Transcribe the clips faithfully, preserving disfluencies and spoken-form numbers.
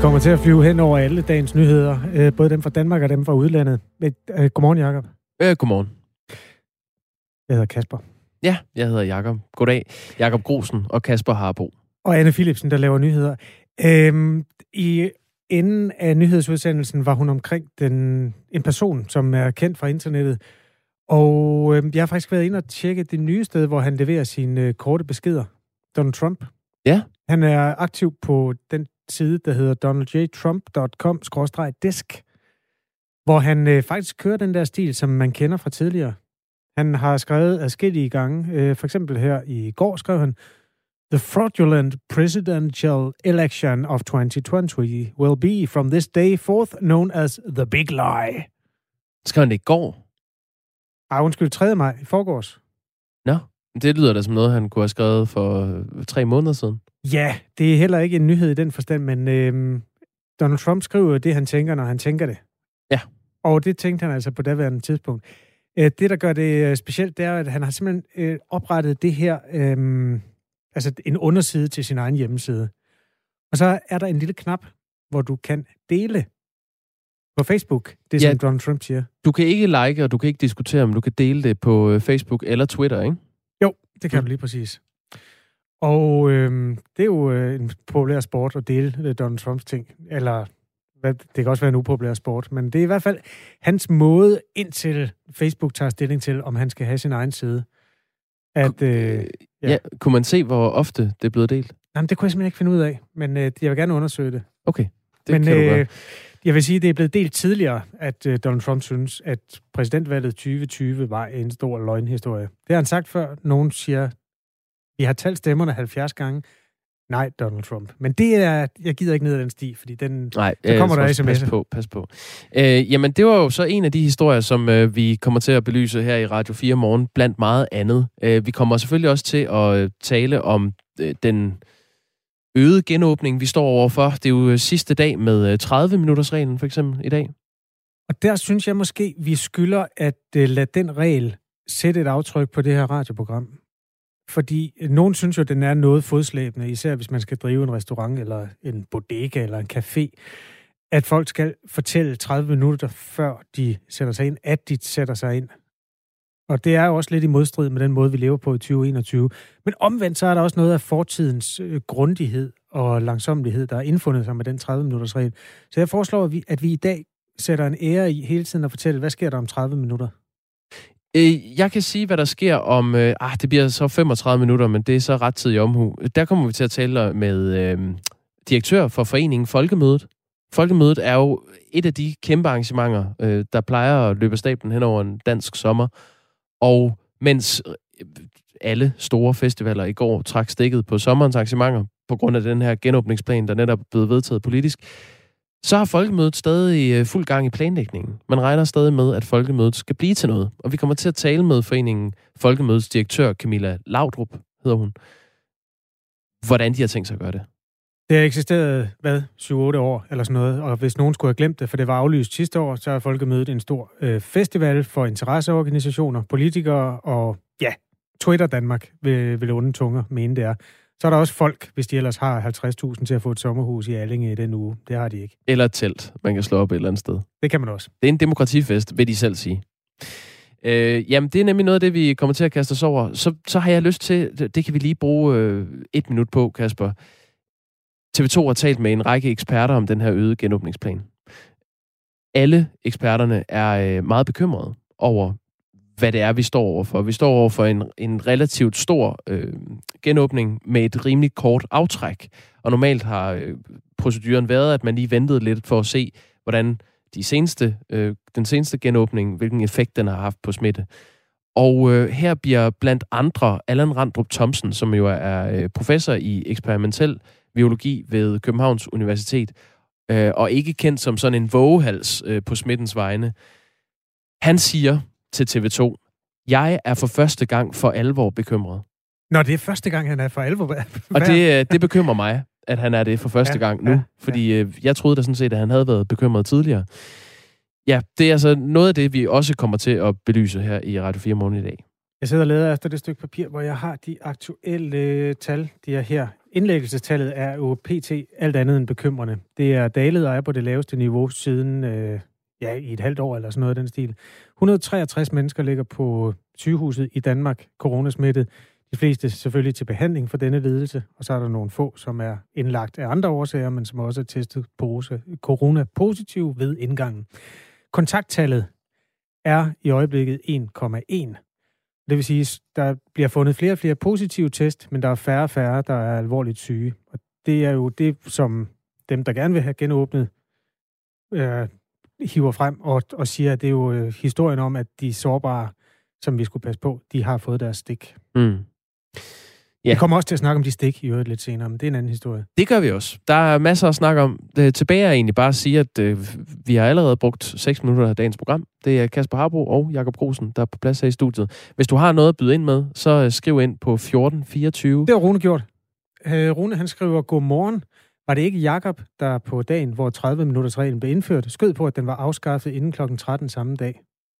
kommer til at flyve hen over alle dagens nyheder, øh, både dem fra Danmark og dem fra udlandet. Øh, godmorgen, Jacob. Øh, godmorgen. Jeg hedder Kasper. Ja, jeg hedder Jacob. Goddag. Jacob Grosen og Kasper Harbo. Og Anne Philipsen, der laver nyheder. Øhm, I enden af nyhedsudsendelsen var hun omkring den, en person, som er kendt fra internettet. Og øh, jeg har faktisk været inde og tjekke det nye sted, hvor han leverer sine øh, korte beskeder. Donald Trump. Ja. Han er aktiv på den side, der hedder donald j trump punktum com skråstreg disk, hvor han øh, faktisk kører den der stil, som man kender fra tidligere. Han har skrevet adskillige gange. Øh, for eksempel her i går skrev han, The fraudulent presidential election of twenty twenty will be from this day forth known as the big lie. Skrev han det i går? Ah, undskyld, tredje maj i forgårs. Nå, det lyder da som noget, han kunne have skrevet for tre måneder siden. Ja, det er heller ikke en nyhed i den forstand, men øh, Donald Trump skriver det, han tænker, når han tænker det. Ja. Og det tænkte han altså på daværende tidspunkt. Øh, det, der gør det specielt, det er, at han har simpelthen øh, oprettet det her, øh, altså en underside til sin egen hjemmeside. Og så er der en lille knap, hvor du kan dele på Facebook, det ja, som Donald Trump siger. Du kan ikke like, og du kan ikke diskutere, men du kan dele det på Facebook eller Twitter, ikke? Jo, det kan mm. du lige præcis. Og øh, det er jo øh, en populær sport at dele øh, Donald Trumps ting. Eller hvad, det kan også være en upopulær sport. Men det er i hvert fald hans måde, indtil Facebook tager stilling til, om han skal have sin egen side. At, øh, ja. ja, kunne man se, hvor ofte det er blevet delt? Jamen, det kunne jeg simpelthen ikke finde ud af. Men øh, jeg vil gerne undersøge det. Okay, det men, kan du gøre. Øh, jeg vil sige, at det er blevet delt tidligere, at øh, Donald Trump synes, at præsidentvalget tyve tyve var en stor løgnhistorie. Det har han sagt før. Nogen siger, vi har talt stemmerne halvfjerds gange. Nej, Donald Trump. Men det er, jeg gider ikke ned ad den sti, fordi den, Nej, så kommer der sms'er. Pas på, pas på. Øh, jamen, det var jo så en af de historier, som øh, vi kommer til at belyse her i Radio fire Morgen, blandt meget andet. Øh, vi kommer selvfølgelig også til at øh, tale om øh, den øgede genåbning, vi står overfor. Det er jo sidste dag med tredive minutters reglen for eksempel i dag. Og der synes jeg måske, vi skylder at uh, lade den regel sætte et aftryk på det her radioprogram. Fordi nogen synes jo, den er noget fodslæbende, især hvis man skal drive en restaurant eller en bodega eller en café, at folk skal fortælle tredive minutter før de sætter sig ind, at de sætter sig ind. Og det er jo også lidt i modstrid med den måde, vi lever på i tyve enogtyve. Men omvendt så er der også noget af fortidens øh, grundighed og langsommelighed, der er indfundet sig med den tredive minutters regel. Så jeg foreslår, at vi, at vi i dag sætter en ære i hele tiden at fortælle, hvad sker der om tredive minutter? Øh, jeg kan sige, hvad der sker om... Øh, ah, det bliver så femogtredive minutter, men det er så rettidig omhu. Der kommer vi til at tale med øh, direktør for foreningen Folkemødet. Folkemødet er jo et af de kæmpe arrangementer, øh, der plejer at løbe stablen hen over en dansk sommer. Og mens alle store festivaler i går trak stikket på sommerens arrangementer, på grund af den her genåbningsplan, der netop er blevet vedtaget politisk, så har Folkemødet stadig fuld gang i planlægningen. Man regner stadig med, at Folkemødet skal blive til noget. Og vi kommer til at tale med foreningen Folkemødets direktør, Camilla Laudrup, hedder hun, hvordan de har tænkt sig at gøre det. Det har eksisteret, hvad, syv otte år eller sådan noget, og hvis nogen skulle have glemt det, for det var aflyst sidste år, så er Folkemødet en stor øh, festival for interesseorganisationer, politikere og, ja, Twitter Danmark vil, vil onde tunger mene det er. Så er der også folk, hvis de ellers har halvtreds tusind til at få et sommerhus i Allinge i den uge. Det har de ikke. Eller et telt, man kan slå op et eller andet sted. Det kan man også. Det er en demokratifest, vil de selv sige. Øh, jamen, det er nemlig noget af det, vi kommer til at kaste os over. Så, så har jeg lyst til, det kan vi lige bruge øh, et minut på, Kasper. T V to har talt med en række eksperter om den her øgede genåbningsplan. Alle eksperterne er øh, meget bekymrede over, hvad det er, vi står overfor. Vi står overfor en, en relativt stor øh, genåbning med et rimelig kort aftræk. Og normalt har øh, proceduren været, at man lige ventede lidt for at se, hvordan de seneste, øh, den seneste genåbning, hvilken effekt den har haft på smitte. Og øh, her bliver blandt andre Allan Randrup Thomsen, som jo er øh, professor i eksperimentel biologi ved Københavns Universitet, øh, og ikke kendt som sådan en vågehals øh, på smittens vegne. Han siger til T V to, jeg er for første gang for alvor bekymret. Nå, det er første gang, han er for alvor. Og det, det bekymrer mig, at han er det for første ja, gang nu. Ja, fordi ja. Øh, jeg troede da sådan set, at han havde været bekymret tidligere. Ja, det er altså noget af det, vi også kommer til at belyse her i Radio fire Morgen i dag. Jeg sidder og leder efter det stykke papir, hvor jeg har de aktuelle tal. De er her. Indlæggelsestallet er jo pt. Alt andet end bekymrende. Det er dalet og er på det laveste niveau siden øh, ja, i et halvt år eller sådan noget af den stil. et hundrede og treogtres mennesker ligger på sygehuset i Danmark, coronasmittet. De fleste selvfølgelig til behandling for denne lidelse, og så er der nogle få, som er indlagt af andre årsager, men som også er testet corona-positiv ved indgangen. Kontakttallet er i øjeblikket en komma en. Det vil sige, der bliver fundet flere og flere positive test, men der er færre og færre, der er alvorligt syge. Og det er jo det, som dem, der gerne vil have genåbnet, øh, hiver frem og, og siger, at det er jo øh, historien om, at de sårbare, som vi skulle passe på, de har fået deres stik. Mm. Ja. Vi kommer også til at snakke om de stik i øvrigt lidt senere, men det er en anden historie. Det gør vi også. Der er masser at snakke om. Tilbage er egentlig bare at sige, at øh, vi har allerede brugt seks minutter af dagens program. Det er Kasper Harbo og Jakob Grosen, der er på plads her i studiet. Hvis du har noget at byde ind med, så øh, skriv ind på fjorten fireogtyve. Det har Rune gjort. Øh, Rune, han skriver, godmorgen. Var det ikke Jakob, der på dagen, hvor tredive minutters reglen blev indført, skød på, at den var afskaffet inden klokken tretten samme dag?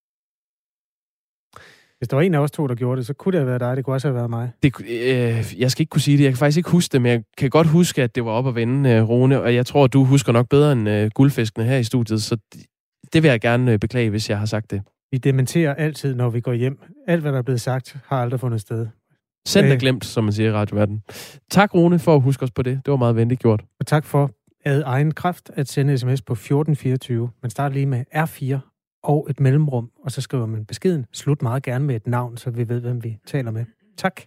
Hvis der var en af os to, der gjorde det, så kunne det have været dig. Det kunne også have været mig. Det, øh, jeg skal ikke kunne sige det. Jeg kan faktisk ikke huske det, men jeg kan godt huske, at det var op at vende, øh, Rune. Og jeg tror, du husker nok bedre end øh, guldfiskene her i studiet. Så det vil jeg gerne øh, beklage, hvis jeg har sagt det. Vi dementerer altid, når vi går hjem. Alt, hvad der er blevet sagt, har aldrig fundet sted. Sendt er glemt, som man siger i radioverden. Tak, Rune, for at huske os på det. Det var meget venligt gjort. Og tak for ad egen kraft at sende sms på fjorten fireogtyve. Man starter lige med R fire og et mellemrum, og så skriver man beskeden. Slut meget gerne med et navn, så vi ved, hvem vi taler med. Tak.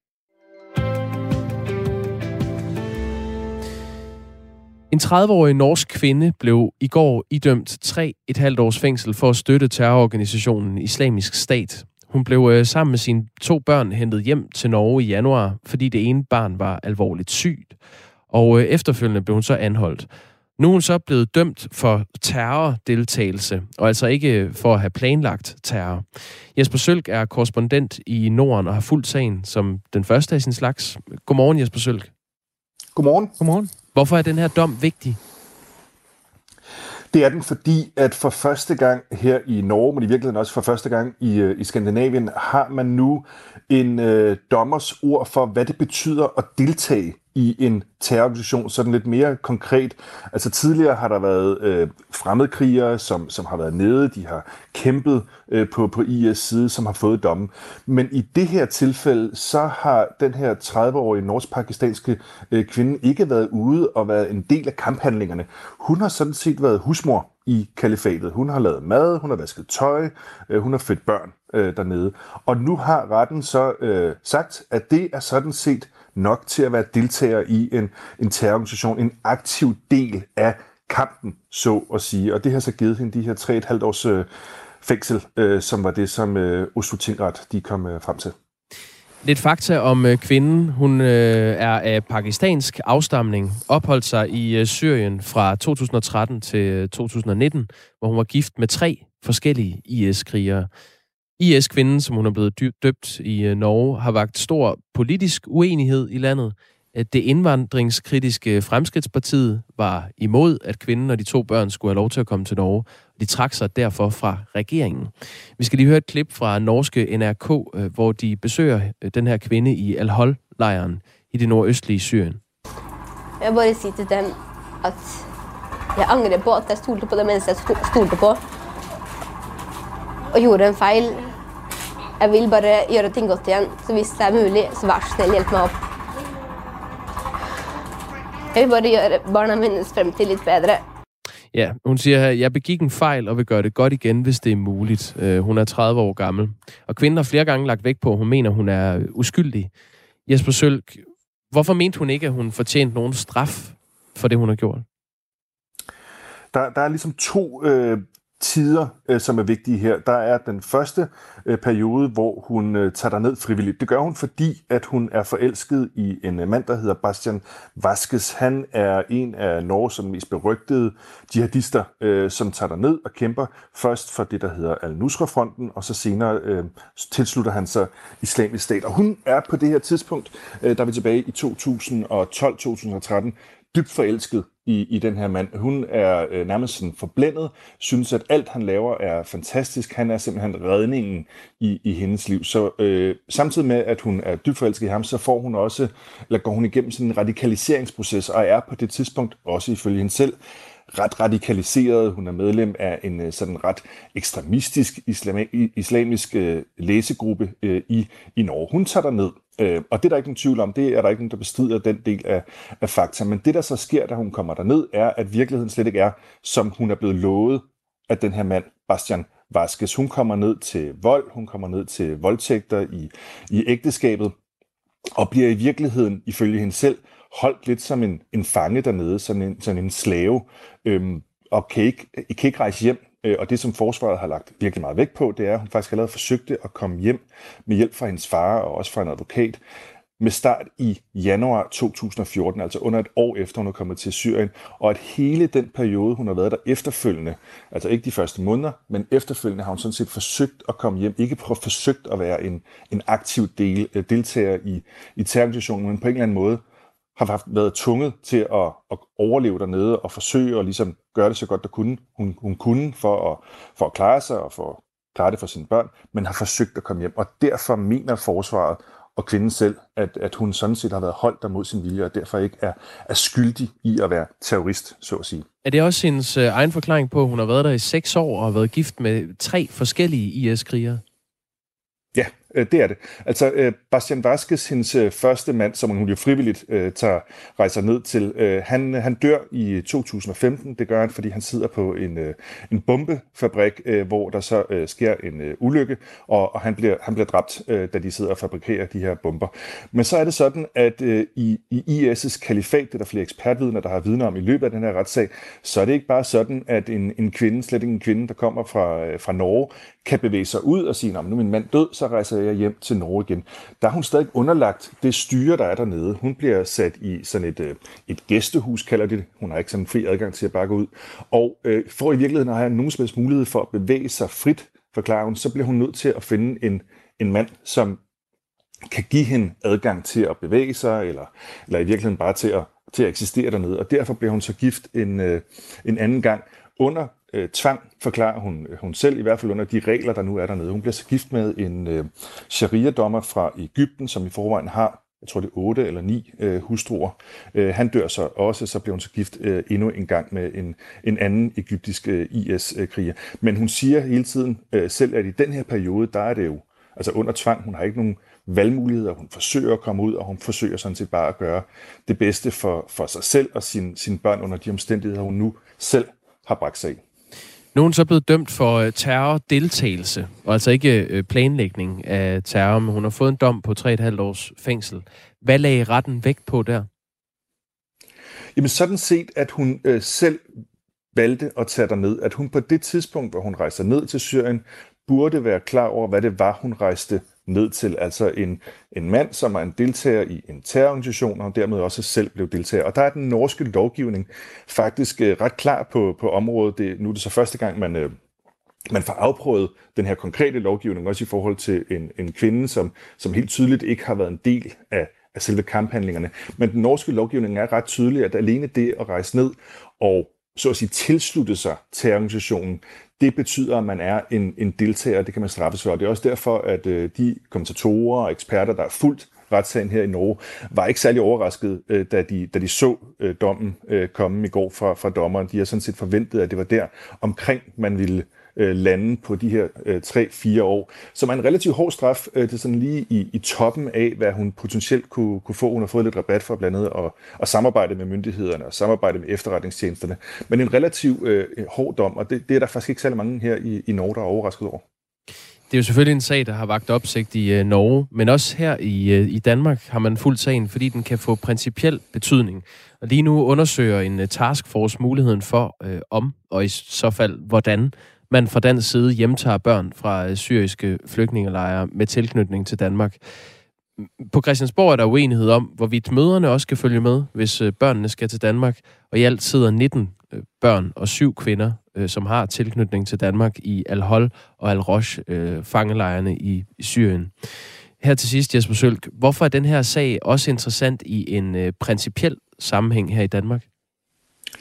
En tredive-årig norsk kvinde blev i går idømt tre et halvt års fængsel for at støtte terrororganisationen Islamisk Stat. Hun blev øh, sammen med sine to børn hentet hjem til Norge i januar, fordi det ene barn var alvorligt sygt. Og øh, efterfølgende blev hun så anholdt. Nu er hun så blevet dømt for terrordeltagelse, og altså ikke for at have planlagt terror. Jesper Sølk er korrespondent i Norden og har fulgt sagen som den første af sin slags. Godmorgen, Jesper Sølk. Godmorgen. Godmorgen. Hvorfor er den her dom vigtig? Det er den, fordi at for første gang her i Norge, men i virkeligheden også for første gang i, i Skandinavien, har man nu en øh, dommers ord for, hvad det betyder at deltage i en terrororganisation, sådan lidt mere konkret. Altså tidligere har der været øh, fremmedkrigere, som, som har været nede, de har kæmpet øh, på, på I S side, som har fået dommen. Men i det her tilfælde, så har den her tredive-årige norsk-pakistanske øh, kvinde ikke været ude og været en del af kamphandlingerne. Hun har sådan set været husmor i kalifatet. Hun har lavet mad, hun har vasket tøj, øh, hun har født børn øh, dernede. Og nu har retten så øh, sagt, at det er sådan set nok til at være deltager i en, en terrororganisation, en aktiv del af kampen, så at sige. Og det har så givet hende de her tre et halvt års øh, fængsel, øh, som var det, som øh, Oslo Tingret de kom øh, frem til. Lidt fakta om øh, kvinden. Hun øh, er af pakistansk afstamning, opholdt sig i øh, Syrien fra to tusind og tretten til to tusind og nitten, hvor hun var gift med tre forskellige I S-krigere. I S-kvinden, som hun er blevet døbt i øh, Norge, har vakt stor politisk uenighed i landet. Det indvandringskritiske Fremskridtspartiet var imod, at kvinden og de to børn skulle have lov til at komme til Norge. De trak sig derfor fra regeringen. Vi skal lige høre et klip fra norske N R K, hvor de besøger den her kvinde i Al-Hol-lejren i det nordøstlige Syrien. Jeg vil bare sige til dem, at jeg angrer på, at jeg stolte på det menneske, jeg stolte på, og gjorde en fejl. Jeg vil bare gøre ting godt igen, så hvis det er muligt, så vær så snill, hjælp mig op. Jeg vil bare gøre barna minnes fremtid lidt bedre. Ja, hun siger her, jeg begik en fejl og vil gøre det godt igen, hvis det er muligt. Uh, hun er tredive år gammel. Og kvinden har flere gange lagt vægt på, at hun mener, hun er uskyldig. Jesper Sølk, hvorfor mente hun ikke, at hun fortjente nogen straf for det, hun har gjort? Der, der er ligesom to øh, tider, øh, som er vigtige her. Der er den første øh, periode, hvor hun øh, tager derned frivilligt. Det gør hun, fordi at hun er forelsket i en øh, mand, der hedder Bastian Vaskes. Han er en af Norges mest berygtede jihadister, øh, som tager derned og kæmper først for det, der hedder Al-Nusra-fronten, og så senere øh, tilslutter han sig Islamisk Stat. Og hun er på det her tidspunkt, øh, der er vi tilbage i to tusind og tolv til to tusind og tretten, dybt forelsket i, i den her mand. Hun er øh, nærmest sådan forblændet, synes, at alt han laver er fantastisk. Han er simpelthen redningen i, i hendes liv. Så øh, samtidig med, at hun er dybt forelsket i ham, så får hun også, eller går hun igennem sådan en radikaliseringsproces, og er på det tidspunkt, også ifølge hende selv, ret radikaliseret. Hun er medlem af en sådan ret ekstremistisk islami- islamisk øh, læsegruppe øh, i, i Norge. Hun tager der ned, øh, og det er der ikke nogen tvivl om. Det er der ikke nogen, der bestrider den del af, af fakta. Men det, der så sker, da hun kommer derned, er, at virkeligheden slet ikke er, som hun er blevet lovet af den her mand, Bastian Vázquez. Hun kommer ned til vold, hun kommer ned til voldtægter i, i ægteskabet, og bliver i virkeligheden, ifølge hende selv, holdt lidt som en, en fange dernede, sådan en, sådan en slave, øhm, og kan ikke, kan ikke rejse hjem. Øh, og det, som forsvaret har lagt virkelig meget vægt på, det er, at hun faktisk allerede forsøgte at komme hjem med hjælp fra hendes far og også fra en advokat, med start i januar to tusind og fjorten, altså under et år efter, hun er kommet til Syrien, og at hele den periode, hun har været der efterfølgende, altså ikke de første måneder, men efterfølgende har hun sådan set forsøgt at komme hjem, ikke på forsøgt at være en, en aktiv del, deltager i, i terrororganisationen, men på en eller anden måde har været tvunget til at, at overleve dernede og forsøge at ligesom gøre det så godt, der kunne. Hun, hun kunne for at, for at klare sig og for at klare det for sine børn, men har forsøgt at komme hjem. Og derfor mener forsvaret og kvinden selv, at, at hun sådan set har været holdt der mod sin vilje, og derfor ikke er, er skyldig i at være terrorist, så at sige. Er det også hendes øh, egen forklaring på, at hun har været der i seks år og har været gift med tre forskellige I S-krigere? Ja, det er det. Altså, Bastian Vázquez, hendes første mand, som hun jo frivilligt øh, tager, rejser ned til, øh, han, han dør i to tusind og femten. Det gør han, fordi han sidder på en, øh, en bombefabrik, øh, hvor der så øh, sker en øh, ulykke, og, og han, bliver, han bliver dræbt, øh, da de sidder og fabrikerer de her bomber. Men så er det sådan, at øh, i, i I S' kalifat, det er der flere ekspertvidner, der har vidner om i løbet af den her retssag, så er det ikke bare sådan, at en, en kvinde, slet ikke en kvinde, der kommer fra, øh, fra Norge, kan bevæge sig ud og sige, nu er min mand død, så rejser jeg hjem til Norge igen. Der er hun stadig underlagt det styre, der er dernede. Hun bliver sat i sådan et, et gæstehus, kalder de det. Hun har ikke sådan fri adgang til at bare gå ud. Og øh, for i virkeligheden at have nogen som helst mulighed for at bevæge sig frit, forklarer hun, så bliver hun nødt til at finde en, en mand, som kan give hende adgang til at bevæge sig, eller, eller i virkeligheden bare til at, til at eksistere dernede. Og derfor bliver hun så gift en, øh, en anden gang under øh, tvang, forklarer hun, hun selv, i hvert fald under de regler, der nu er dernede. Hun bliver så gift med en øh, sharia-dommer fra Egypten, som i forvejen har, jeg tror det er otte eller ni øh, hustruer. Øh, han dør så også, så bliver hun så gift øh, endnu en gang med en, en anden egyptisk øh, I S-kriger. Men hun siger hele tiden øh, selv, at i den her periode, der er det jo altså under tvang. Hun har ikke nogen valgmuligheder. Hun forsøger at komme ud, og hun forsøger sådan set bare at gøre det bedste for, for sig selv og sin, sine børn under de omstændigheder, hun nu selv har bragt sig i. Nu er hun så blevet dømt for terrordeltagelse, og altså ikke planlægning af terror, men hun har fået en dom på tre og et halvt års fængsel. Hvad lagde retten vægt på der? Jamen sådan set, at hun øh, selv valgte at tage derned. At hun på det tidspunkt, hvor hun rejser ned til Syrien, burde være klar over, hvad det var, hun rejste ned til. Altså en, en mand, som er en deltager i en terrororganisation, og dermed også selv blev deltager. Og der er den norske lovgivning faktisk øh, ret klar på, på området. Det, nu er det så første gang, man, øh, man får afprøvet den her konkrete lovgivning, også i forhold til en, en kvinde, som, som helt tydeligt ikke har været en del af, af selve kamphandlingerne. Men den norske lovgivning er ret tydelig, at alene det at rejse ned og så at sige tilslutte sig terrororganisationen, det betyder, at man er en, en deltager, det kan man straffes for. Og det er også derfor, at øh, de kommentatorer og eksperter, der er fuldt retssagen her i Norge, var ikke særlig overrasket, øh, da, de, da de så øh, dommen øh, komme i går fra, fra dommeren. De har sådan set forventet, at det var der omkring, man ville øh, lande på de her øh, tre-fire år. Som er en relativt hård straf. Øh, det er sådan lige i, i toppen af, hvad hun potentielt kunne, kunne få. Hun har fået lidt rabat for blandt andet at, at samarbejde med myndighederne og samarbejde med efterretningstjenesterne. Men en relativt øh, hård dom, og det, det er der faktisk ikke særlig mange her i, i Norge, der er overrasket over. Det er jo selvfølgelig en sag, der har vakt opsigt i øh, Norge, men også her i, øh, i Danmark har man fulgt sagen, fordi den kan få principiel betydning. Og lige nu undersøger en øh, taskforce muligheden for, øh, om og i så fald hvordan man fra dansk side hjemtager børn fra øh, syriske flygtningelejre med tilknytning til Danmark. På Christiansborg er der uenighed om, hvorvidt mødrene også skal følge med, hvis øh, børnene skal til Danmark. Og i alt sidder nitten øh, børn og syv kvinder, øh, som har tilknytning til Danmark i Al-Hol og Al-Rosh, øh, fangelejrene i, i Syrien. Her til sidst, Jesper Sølk, hvorfor er den her sag også interessant i en øh, principiel sammenhæng her i Danmark?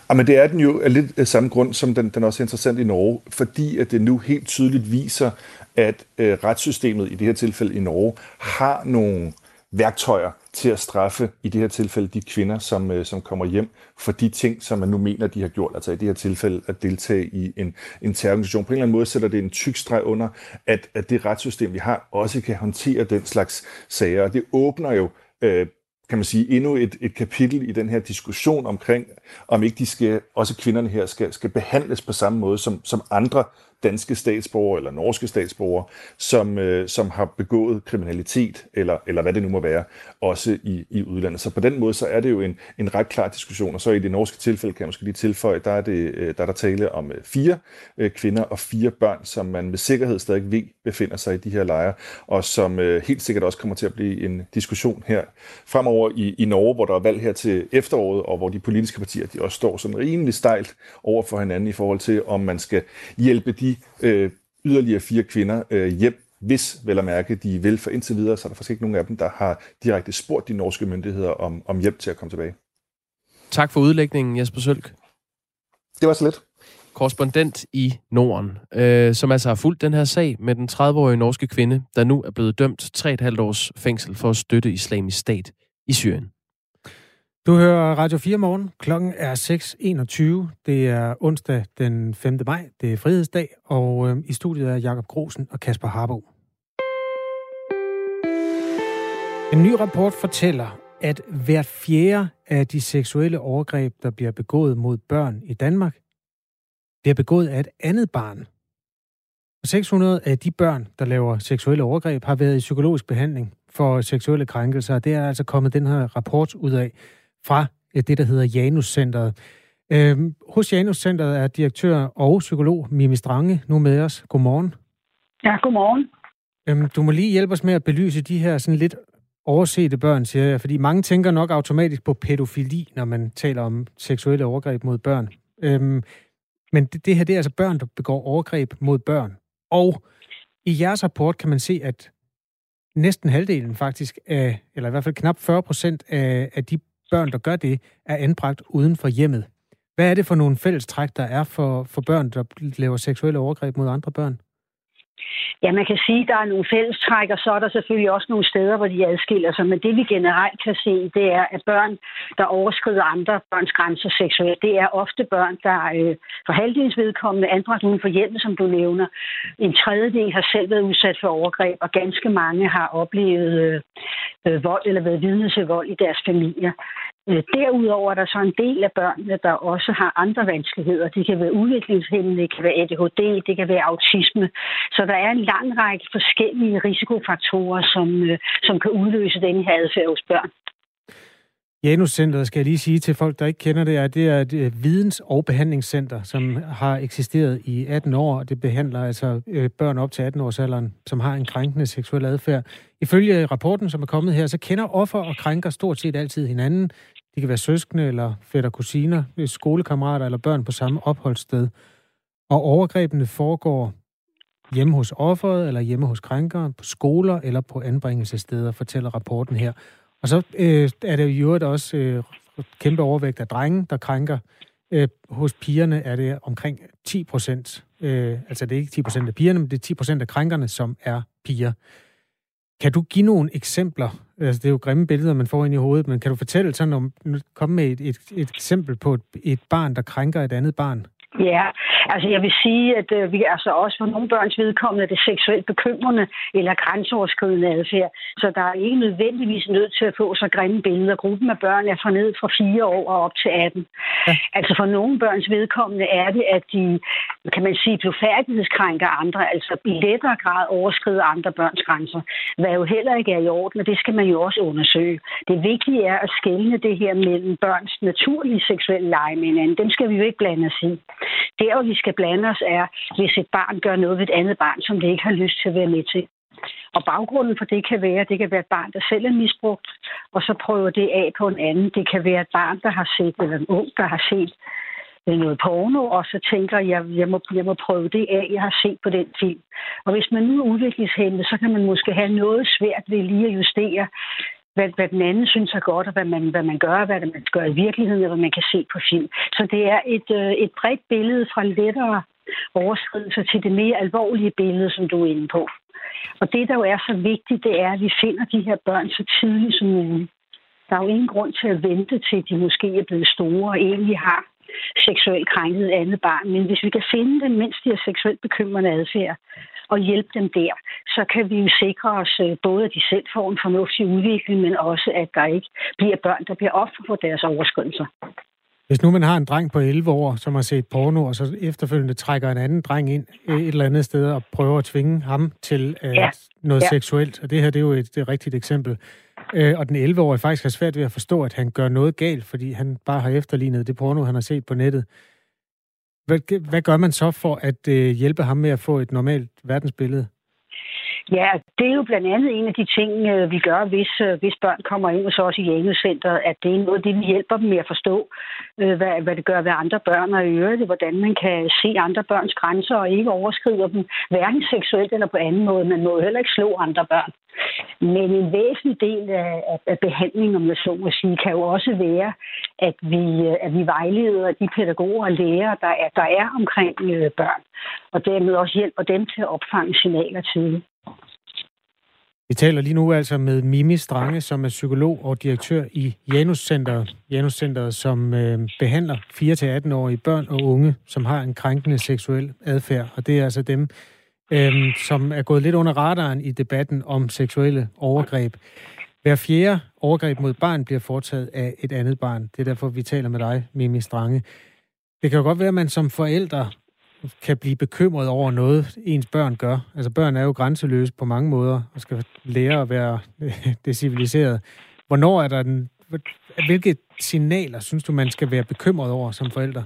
Men det er den jo af lidt af samme grund, som den, den også er interessant i Norge, fordi at det nu helt tydeligt viser, at øh, retssystemet i det her tilfælde i Norge har nogle værktøjer til at straffe i det her tilfælde de kvinder, som, øh, som kommer hjem for de ting, som man nu mener, de har gjort. Altså i det her tilfælde at deltage i en, en terrororganisation. På en eller anden måde sætter det en tyk streg under, at, at det retssystem, vi har, også kan håndtere den slags sager. Og det åbner jo øh, kan man sige, endnu et, et kapitel i den her diskussion omkring, om ikke de skal, også kvinderne her skal, skal behandles på samme måde som, som andre danske statsborgere eller norske statsborgere, som, øh, som har begået kriminalitet, eller, eller hvad det nu må være, også i, i udlandet. Så på den måde, så er det jo en, en ret klar diskussion, og så i det norske tilfælde, kan jeg måske lige tilføje, der er, det, der, er der tale om fire øh, kvinder og fire børn, som man med sikkerhed stadig ved befinder sig i de her lejre, og som øh, helt sikkert også kommer til at blive en diskussion her fremover i, i Norge, hvor der er valg her til efteråret, og hvor de politiske partier, de også står sådan rimelig stejlt over for hinanden i forhold til, om man skal hjælpe de øh, yderligere fire kvinder øh, hjem, hvis vel at mærke, de vil, for indtil videre, så er der faktisk ikke nogen af dem, der har direkte spurgt de norske myndigheder om, om hjælp til at komme tilbage. Tak for udlægningen, Jesper Sølk. Det var så lidt. Korrespondent i Norden, øh, som altså har fulgt den her sag med den tredive-årige norske kvinde, der nu er blevet dømt tre og et halvt års fængsel for at støtte Islamisk Stat i Syrien. Du hører Radio fire morgen. Klokken er seks enogtyve. Det er onsdag den femte maj. Det er frihedsdag, og øh, i studiet er Jakob Grosen og Kasper Harbo. En ny rapport fortæller, at hvert fjerde af de seksuelle overgreb, der bliver begået mod børn i Danmark, bliver begået af et andet barn. Og seks hundrede af de børn, der laver seksuelle overgreb, har været i psykologisk behandling for seksuelle krænkelser. Det er altså kommet den her rapport ud af fra det, der hedder Janus-centret. Øhm, hos Janus-centret er direktør og psykolog Mimi Strange nu med os. Godmorgen. Ja, godmorgen. Øhm, du må lige hjælpe os med at belyse de her sådan lidt oversete børn, siger jeg, fordi mange tænker nok automatisk på pædofili, når man taler om seksuelle overgreb mod børn. Øhm, men det, det her, det er altså børn, der begår overgreb mod børn. Og i jeres rapport kan man se, at næsten halvdelen faktisk af, eller i hvert fald knap fyrre procent af, af de børn, der gør det, er anbragt uden for hjemmet. Hvad er det for nogle fællestræk, der er for, for børn, der laver seksuelle overgreb mod andre børn? Ja, man kan sige, at der er nogle fællestræk, og så er der selvfølgelig også nogle steder, hvor de adskiller sig. Men det vi generelt kan se, det er, at børn, der overskrider andre børns grænser seksuelt, det er ofte børn, der øh, for halvdelens vedkommende anbragt uden for hjemmet, som du nævner. En tredjedel har selv været udsat for overgreb, og ganske mange har oplevet øh, vold eller været vidne til vold i deres familier. Derudover er der så en del af børnene, der også har andre vanskeligheder. Det kan være udviklingshæmmende, det kan være A D H D, det kan være autisme. Så der er en lang række forskellige risikofaktorer, som, som kan udløse denne her adfærd hos børn. Janus-centret, skal jeg lige sige til folk, der ikke kender det, er, det er et videns- og behandlingscenter, som har eksisteret i atten år, og det behandler altså børn op til atten-årsalderen, som har en krænkende seksuel adfærd. Ifølge rapporten, som er kommet her, så kender offer og krænker stort set altid hinanden. De kan være søskende eller fætter, kusiner, skolekammerater eller børn på samme opholdssted. Og overgrebene foregår hjemme hos offeret eller hjemme hos krænkeren, på skoler eller på anbringelsessteder, fortæller rapporten her. Og så øh, er det jo også øh, kæmpe overvægt af drenge, der krænker. Øh, hos pigerne er det omkring ti procent. Øh, altså det er ikke ti procent af pigerne, men det er ti procent af krænkerne, som er piger. Kan du give nogle eksempler? Altså det er jo grimme billeder, man får ind i hovedet, men kan du fortælle sådan om, komme med et, et, et eksempel på et, et barn, der krænker et andet barn? Ja, altså jeg vil sige, at øh, vi altså også for nogle børns vedkommende er det seksuelt bekymrende eller grænseoverskridende adfærd, så der er ikke nødvendigvis nødt til at få så grimme billeder. Gruppen af børn er fra ned fra fire år og op til atten. Ja. Altså for nogle børns vedkommende er det, at de, kan man sige, blufærdighedskrænker andre, altså i lettere grad overskrider andre børns grænser, hvad jo heller ikke er i orden, og det skal man jo også undersøge. Det vigtige er at skelne det her mellem børns naturlige seksuelle lege med hinanden. Dem skal vi jo ikke blande os i. Der, hvor vi skal blande os, er, hvis et barn gør noget ved et andet barn, som det ikke har lyst til at være med til. Og baggrunden for det kan være, det kan være et barn, der selv er misbrugt, og så prøver det af på en anden. Det kan være et barn, der har set, eller en ung, der har set noget porno, og så tænker jeg, jeg må, jeg må prøve det af, jeg har set på den film. Og hvis man nu er udviklingshæmmet, så kan man måske have noget svært ved lige at justere hvad, hvad den anden synes er godt, og hvad man, hvad man gør, hvad man gør i virkeligheden, og hvad man kan se på film. Så det er et, øh, et bredt billede fra lettere overskridelser til det mere alvorlige billede, som du er inde på. Og det, der jo er så vigtigt, det er, at vi finder de her børn så tidligt som muligt. Der er jo ingen grund til at vente til, de måske er blevet store og egentlig har seksuelt krænket et andet barn. Men hvis vi kan finde dem, mens de har seksuelt bekymrende adfærd, og hjælpe dem der, så kan vi jo sikre os både, at de selv får en fornuftig udvikling, men også, at der ikke bliver børn, der bliver offer for deres overskridelser. Hvis nu man har en dreng på elleve år, som har set porno, og så efterfølgende trækker en anden dreng ind et eller andet sted og prøver at tvinge ham til uh, ja. noget ja. seksuelt, og det her det er jo et, et rigtigt eksempel, uh, og den elleve-årige faktisk har svært ved at forstå, at han gør noget galt, fordi han bare har efterlignet det porno, han har set på nettet. Hvad, hvad gør man så for at uh, hjælpe ham med at få et normalt verdensbillede? Ja, det er jo blandt andet en af de ting, vi gør, hvis, hvis børn kommer ind hos os i Janus-centret, at det er noget af det, vi hjælper dem med at forstå, hvad, hvad det gør ved andre børn, og i øvrigt, hvordan man kan se andre børns grænser og ikke overskride dem, hverken seksuelt eller på anden måde. Man må jo heller ikke slå andre børn. Men en væsentlig del af, af behandlingen, om jeg så må sige, kan jo også være, at vi, at vi vejleder de pædagoger og lærere, der er, der er omkring børn, og dermed også hjælper dem til at opfange signaler tidligt. Vi taler lige nu altså med Mimi Strange, som er psykolog og direktør i Janus-centret, Janus-centret, som øh, behandler fire til atten-årige børn og unge, som har en krænkende seksuel adfærd. Og det er altså dem, øh, som er gået lidt under radaren i debatten om seksuelle overgreb. Hver fjerde overgreb mod barn bliver foretaget af et andet barn. Det er derfor, vi taler med dig, Mimi Strange. Det kan jo godt være, at man som forældre kan blive bekymret over noget, ens børn gør. Altså børn er jo grænseløse på mange måder, og skal lære at være deciviliserede. Hvornår er der den... Hvilke signaler synes du, man skal være bekymret over som forældre?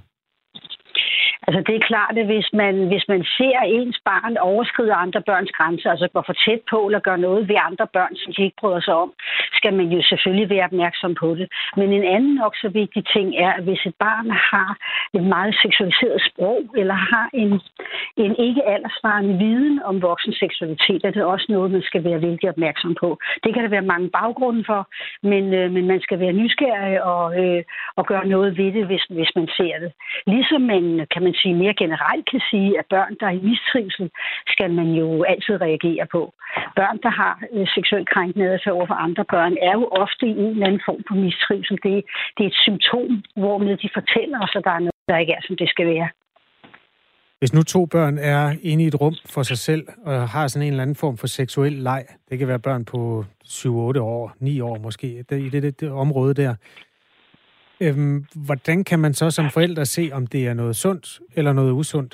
Altså det er klart, at hvis man, hvis man ser ens barn overskride andre børns grænser, altså går for tæt på eller gør noget ved andre børn, som de ikke bryder sig om, skal man jo selvfølgelig være opmærksom på det. Men en anden nok så vigtig ting er, at hvis et barn har et meget seksualiseret sprog, eller har en, en ikke alderssvarende viden om voksen seksualitet, er det også noget, man skal være vældig opmærksom på. Det kan der være mange baggrunde for, men, øh, men man skal være nysgerrig og, øh, og gøre noget ved det, hvis, hvis man ser det. Ligesom man kan man sige, mere generelt kan sige, at børn, der er i mistrivsel, skal man jo altid reagere på. Børn, der har øh, seksuelt krænkende adfærd over for andre børn, er jo ofte i en eller anden form for mistrivsel. Det, det er et symptom, hvormed de fortæller os, at der er noget, der ikke er, som det skal være. Hvis nu to børn er inde i et rum for sig selv, og har sådan en eller anden form for seksuel leg, det kan være børn på syv otte år, ni år måske, i det, det, det område der, Øhm, hvordan kan man så som forældre se, om det er noget sundt eller noget usundt?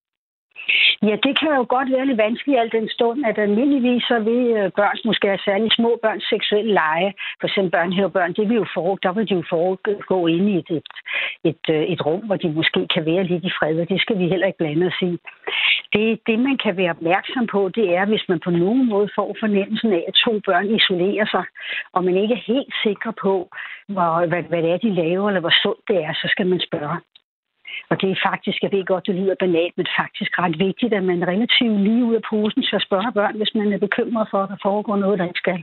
Ja, det kan jo godt være lidt vanskeligt al den stund, at almindeligvis så vil børn, måske er særligt små børns seksuelle lege, for eksempel børnehavebørn, det vil jo foregå, der vil de jo foregå inde i et, et, et, et rum, hvor de måske kan være lidt i fred, og det skal vi heller ikke blande os i. Det, det, man kan være opmærksom på, det er, hvis man på nogen måde får fornemmelsen af, at to børn isolerer sig, og man ikke er helt sikker på, hvor, hvad, hvad det er, de laver, eller hvor sundt det er, så skal man spørge. Og det er faktisk, jeg ved godt, det lyder banalt, men faktisk ret vigtigt, at man relativt lige ud af posen skal spørge børn, hvis man er bekymret for, at der foregår noget, der ikke skal.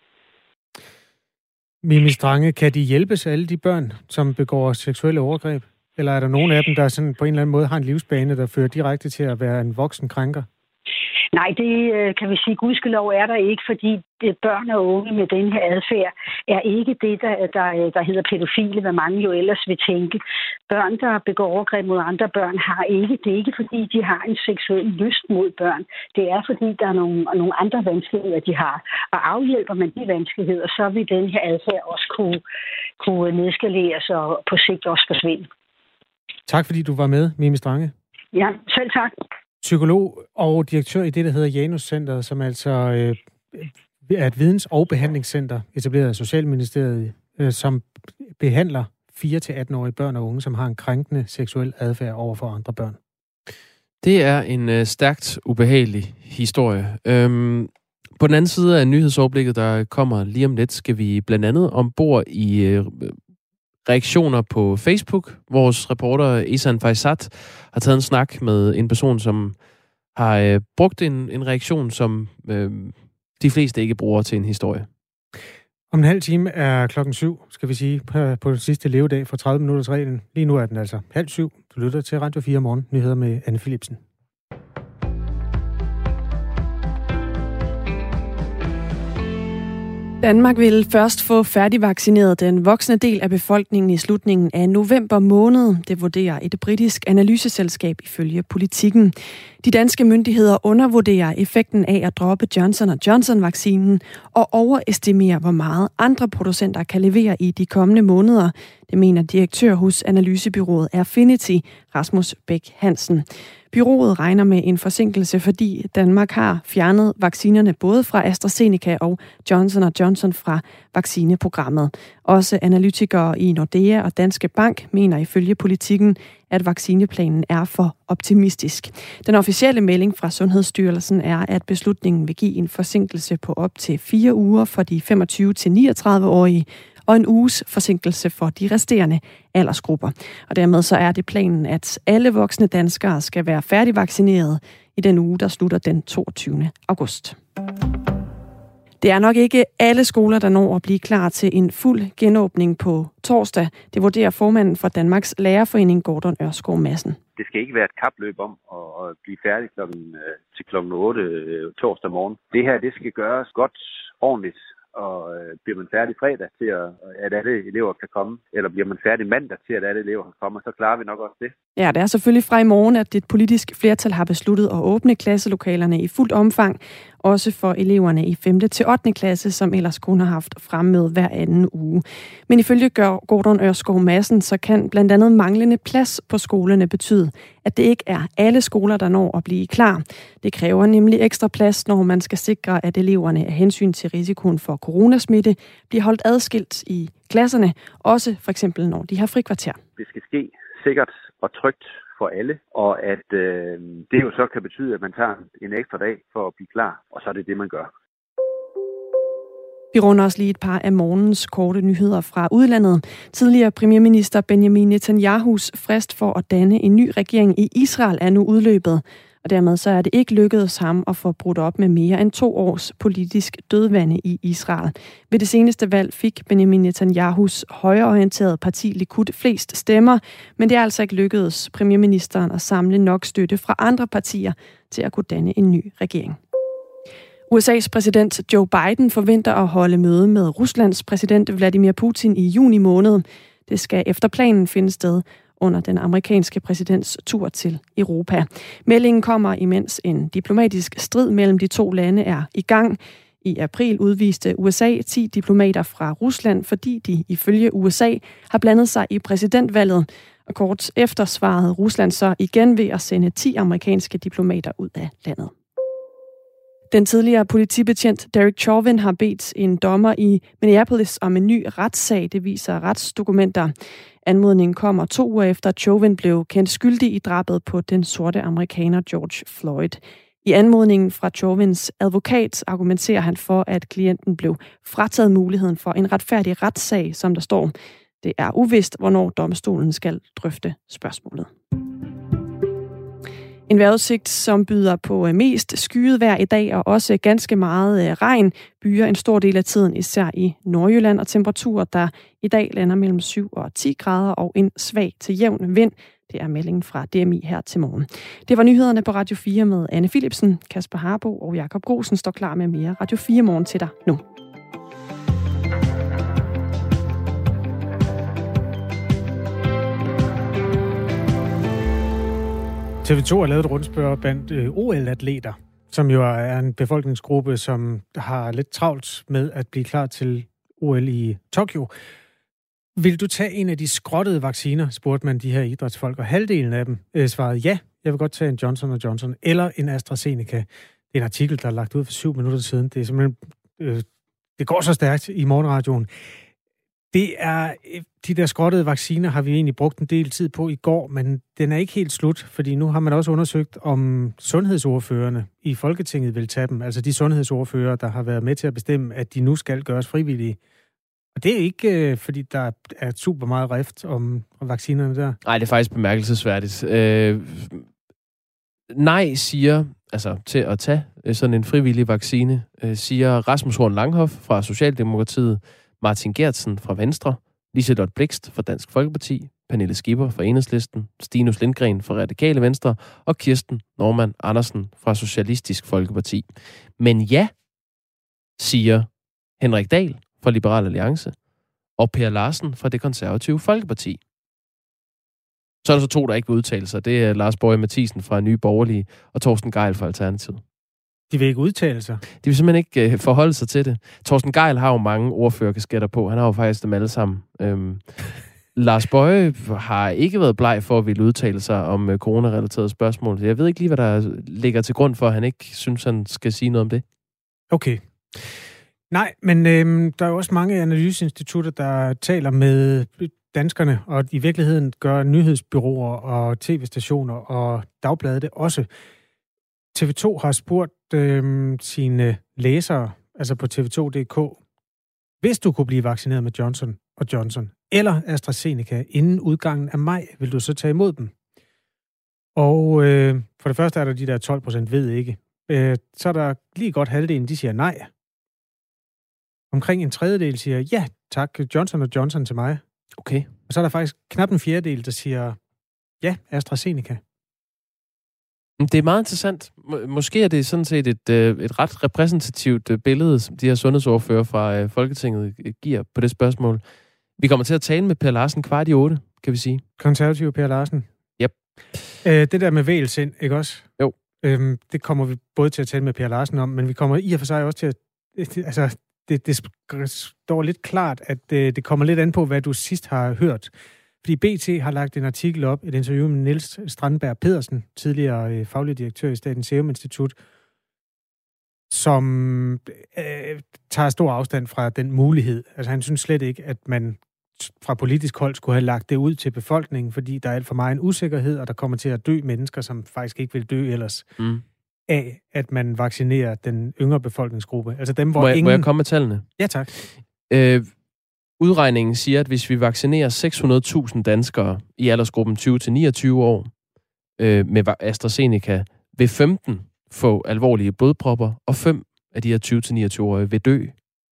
Mimi Strange, kan de hjælpes, alle de børn, som begår seksuelle overgreb? Eller er der nogen af dem, der sådan på en eller anden måde har en livsbane, der fører direkte til at være en voksen krænker? Nej, det kan vi sige, gudskelov er der ikke, fordi det børn og unge med den her adfærd er ikke det, der, der, der hedder pædofile, hvad mange jo ellers vil tænke. Børn, der begår overgreb mod andre børn, har ikke, det er ikke fordi, de har en seksuel lyst mod børn. Det er fordi, der er nogle, nogle andre vanskeligheder, de har. Og afhjælper man de vanskeligheder, så vil den her adfærd også kunne, kunne nedskaleres og på sigt også forsvinde. Tak fordi du var med, Mimi Strange. Ja, selv tak. Psykolog og direktør i det, der hedder Janus-centret, som altså øh, er et videns- og behandlingscenter, etableret af Socialministeriet, øh, som behandler fire til atten-årige børn og unge, som har en krænkende seksuel adfærd over for andre børn. Det er en øh, stærkt ubehagelig historie. Øhm, på den anden side af nyhedsoverblikket, der kommer lige om lidt, skal vi blandt andet ombord i øh, reaktioner på Facebook. Vores reporter Isan Faisat har taget en snak med en person, som har øh, brugt en, en reaktion, som øh, de fleste ikke bruger til en historie. Om en halv time er klokken syv, skal vi sige, på den sidste levedag for tredive minutters reglen. Lige nu er den altså halv syv. Du lytter til Radio fire morgen. Nyheder med Anne Philipsen. Danmark vil først få færdigvaccineret den voksne del af befolkningen i slutningen af november måned. Det vurderer et britisk analyseselskab ifølge Politikken. De danske myndigheder undervurderer effekten af at droppe Johnson og Johnson-vaccinen og overestimerer, hvor meget andre producenter kan levere i de kommende måneder. Det mener direktør hos analysebyrået Affinity, Rasmus Bæk Hansen. Byrået regner med en forsinkelse, fordi Danmark har fjernet vaccinerne både fra AstraZeneca og Johnson og Johnson fra vaccineprogrammet. Også analytikere i Nordea og Danske Bank mener ifølge Politikken, at vaccineplanen er for optimistisk. Den officielle melding fra Sundhedsstyrelsen er, at beslutningen vil give en forsinkelse på op til fire uger for de femogtyve til niogtredive-årige, og en uges forsinkelse for de resterende aldersgrupper. Og dermed så er det planen, at alle voksne danskere skal være færdigvaccineret i den uge, der slutter den toogtyvende august. Det er nok ikke alle skoler, der når at blive klar til en fuld genåbning på torsdag. Det vurderer formanden for Danmarks Lærerforening, Gordon Ørskov Madsen. Det skal ikke være et kapløb om at blive færdig klokken, til klokken otte torsdag morgen. Det her, det skal gøres godt, ordentligt. Og øh, bliver man færdig fredag til, at, at alle elever kan komme, eller bliver man færdig mandag til, at alle elever kan komme, så klarer vi nok også det. Ja, det er selvfølgelig fra i morgen, at et politisk flertal har besluttet at åbne klasselokalerne i fuldt omfang, også for eleverne i femte til ottende klasse, som ellers kun har haft fremmøde hver anden uge. Men ifølge Gordon Ørskov Madsen, så kan blandt andet manglende plads på skolerne betyde, at det ikke er alle skoler, der når at blive klar. Det kræver nemlig ekstra plads, når man skal sikre, at eleverne af hensyn til risikoen for coronasmitte bliver holdt adskilt i klasserne, også for eksempel når de har frikvarter. Det skal ske sikkert og trygt for alle, og at øh, det jo så kan betyde, at man tager en ekstra dag for at blive klar, og så er det det, man gør. Vi runder også lige et par af morgens korte nyheder fra udlandet. Tidligere premierminister Benjamin Netanyahus frist for at danne en ny regering i Israel er nu udløbet. Og dermed så er det ikke lykkedes ham at få brudt op med mere end to års politisk dødvande i Israel. Ved det seneste valg fik Benjamin Netanyahus højreorienterede parti Likud flest stemmer, men det er altså ikke lykkedes premierministeren at samle nok støtte fra andre partier til at kunne danne en ny regering. U S A's præsident Joe Biden forventer at holde møde med Ruslands præsident Vladimir Putin i juni måned. Det skal efter planen finde sted under den amerikanske præsidents tur til Europa. Meldingen kommer, imens en diplomatisk strid mellem de to lande er i gang. I april udviste U S A ti diplomater fra Rusland, fordi de ifølge U S A har blandet sig i præsidentvalget. Og kort efter svarede Rusland så igen ved at sende ti amerikanske diplomater ud af landet. Den tidligere politibetjent Derek Chauvin har bedt en dommer i Minneapolis om en ny retssag, det viser retsdokumenter. Anmodningen kommer to uger efter, at Chauvin blev kendt skyldig i drabet på den sorte amerikaner George Floyd. I anmodningen fra Chauvins advokat argumenterer han for, at klienten blev frataget muligheden for en retfærdig retssag, som der står. Det er uvist, hvornår domstolen skal drøfte spørgsmålet. En vejrudsigt, som byder på mest skyet vejr i dag, og også ganske meget regn, byer en stor del af tiden, især i Nordjylland, og temperaturer, der i dag lander mellem syv og ti grader, og en svag til jævn vind. Det er meldingen fra D M I her til morgen. Det var nyhederne på Radio fire med Anne Philipsen, Kasper Harbo og Jakob Grosen står klar med mere Radio fire morgen til dig nu. T V to har lavet et rundspørg blandt øh, O L-atleter, som jo er en befolkningsgruppe, som har lidt travlt med at blive klar til O L i Tokyo. Vil du tage en af de skrottede vacciner, spurgte man de her idrætsfolk, og halvdelen af dem øh, svarede ja, jeg vil godt tage en Johnson og Johnson eller en AstraZeneca. Det er en artikel, der er lagt ud for syv minutter siden. Det er simpelthen, øh, det går så stærkt i morgenradioen. Det er, de der skrottede vacciner har vi egentlig brugt en del tid på i går, men den er ikke helt slut, fordi nu har man også undersøgt, om sundhedsordførerne i Folketinget vil tage dem. Altså de sundhedsordførere, der har været med til at bestemme, at de nu skal gøres frivillige. Og det er ikke, øh, fordi der er super meget rift om, om vaccinerne der. Nej, det er faktisk bemærkelsesværdigt. Øh, nej, siger, altså til at tage sådan en frivillig vaccine, øh, siger Rasmus Horn Langhoff fra Socialdemokratiet, Martin Geertsen fra Venstre, Liselott Blixt fra Dansk Folkeparti, Pernille Skipper fra Enhedslisten, Stinus Lindgren fra Radikale Venstre og Kirsten Normann Andersen fra Socialistisk Folkeparti. Men ja, siger Henrik Dahl fra Liberal Alliance og Per Larsen fra Det Konservative Folkeparti. Så er der så to, der ikke vil udtale sig. Det er Lars Boje Mathiesen fra Nye Borgerlige og Torsten Gejl fra Alternativet. De vil ikke udtale sig? De vil simpelthen ikke uh, forholde sig til det. Torsten Gejl har jo mange ordførerkasketter på. Han har jo faktisk dem alle sammen. Øhm, Lars Boje har ikke været bleg for at ville udtale sig om uh, coronarelaterede spørgsmål. Jeg ved ikke lige, hvad der ligger til grund for, at han ikke synes, han skal sige noget om det. Okay. Nej, men øhm, der er jo også mange analyseinstitutter, der taler med danskerne, og i virkeligheden gør nyhedsbureauer og tv-stationer og dagbladet det også. T V to har spurgt øhm, sine læsere, altså på T V to punktum d k, hvis du kunne blive vaccineret med Johnson og Johnson eller AstraZeneca inden udgangen af maj, vil du så tage imod dem? Og øh, for det første er der de der tolv procent ved ikke. Øh, så er der lige godt halvdelen, de siger nej. Omkring en tredjedel siger, ja tak, Johnson og Johnson til mig. Okay. Og så er der faktisk knap en fjerdedel, der siger, ja, AstraZeneca. Det er meget interessant. Måske er det sådan set et, et ret repræsentativt billede, som de her sundhedsordfører fra Folketinget giver på det spørgsmål. Vi kommer til at tale med Per Larsen kvart i otte, kan vi sige. Konservativ Per Larsen. Yep. Øh, det der med vælsind, ikke også? Jo. Øhm, det kommer vi både til at tale med Per Larsen om, men vi kommer i og for sig også til at... Altså, det, det står lidt klart, at det, det kommer lidt an på, hvad du sidst har hørt. Fordi B T har lagt en artikel op, et interview med Niels Strandberg Pedersen, tidligere øh, faglig direktør i Statens Serum Institut, som øh, tager stor afstand fra den mulighed. Altså han synes slet ikke, at man fra politisk hold skulle have lagt det ud til befolkningen, fordi der er alt for meget en usikkerhed, og der kommer til at dø mennesker, som faktisk ikke vil dø ellers, mm. af at man vaccinerer den yngre befolkningsgruppe. Altså dem, hvor må, jeg, ingen... må jeg komme med tallene? Ja, tak. Øh, udregningen siger, at hvis vi vaccinerer seks hundrede tusind danskere i aldersgruppen tyve til niogtyve år øh, med AstraZeneca, vil femten få alvorlige blodpropper, og fem af de her tyve til niogtyve-årige vil dø.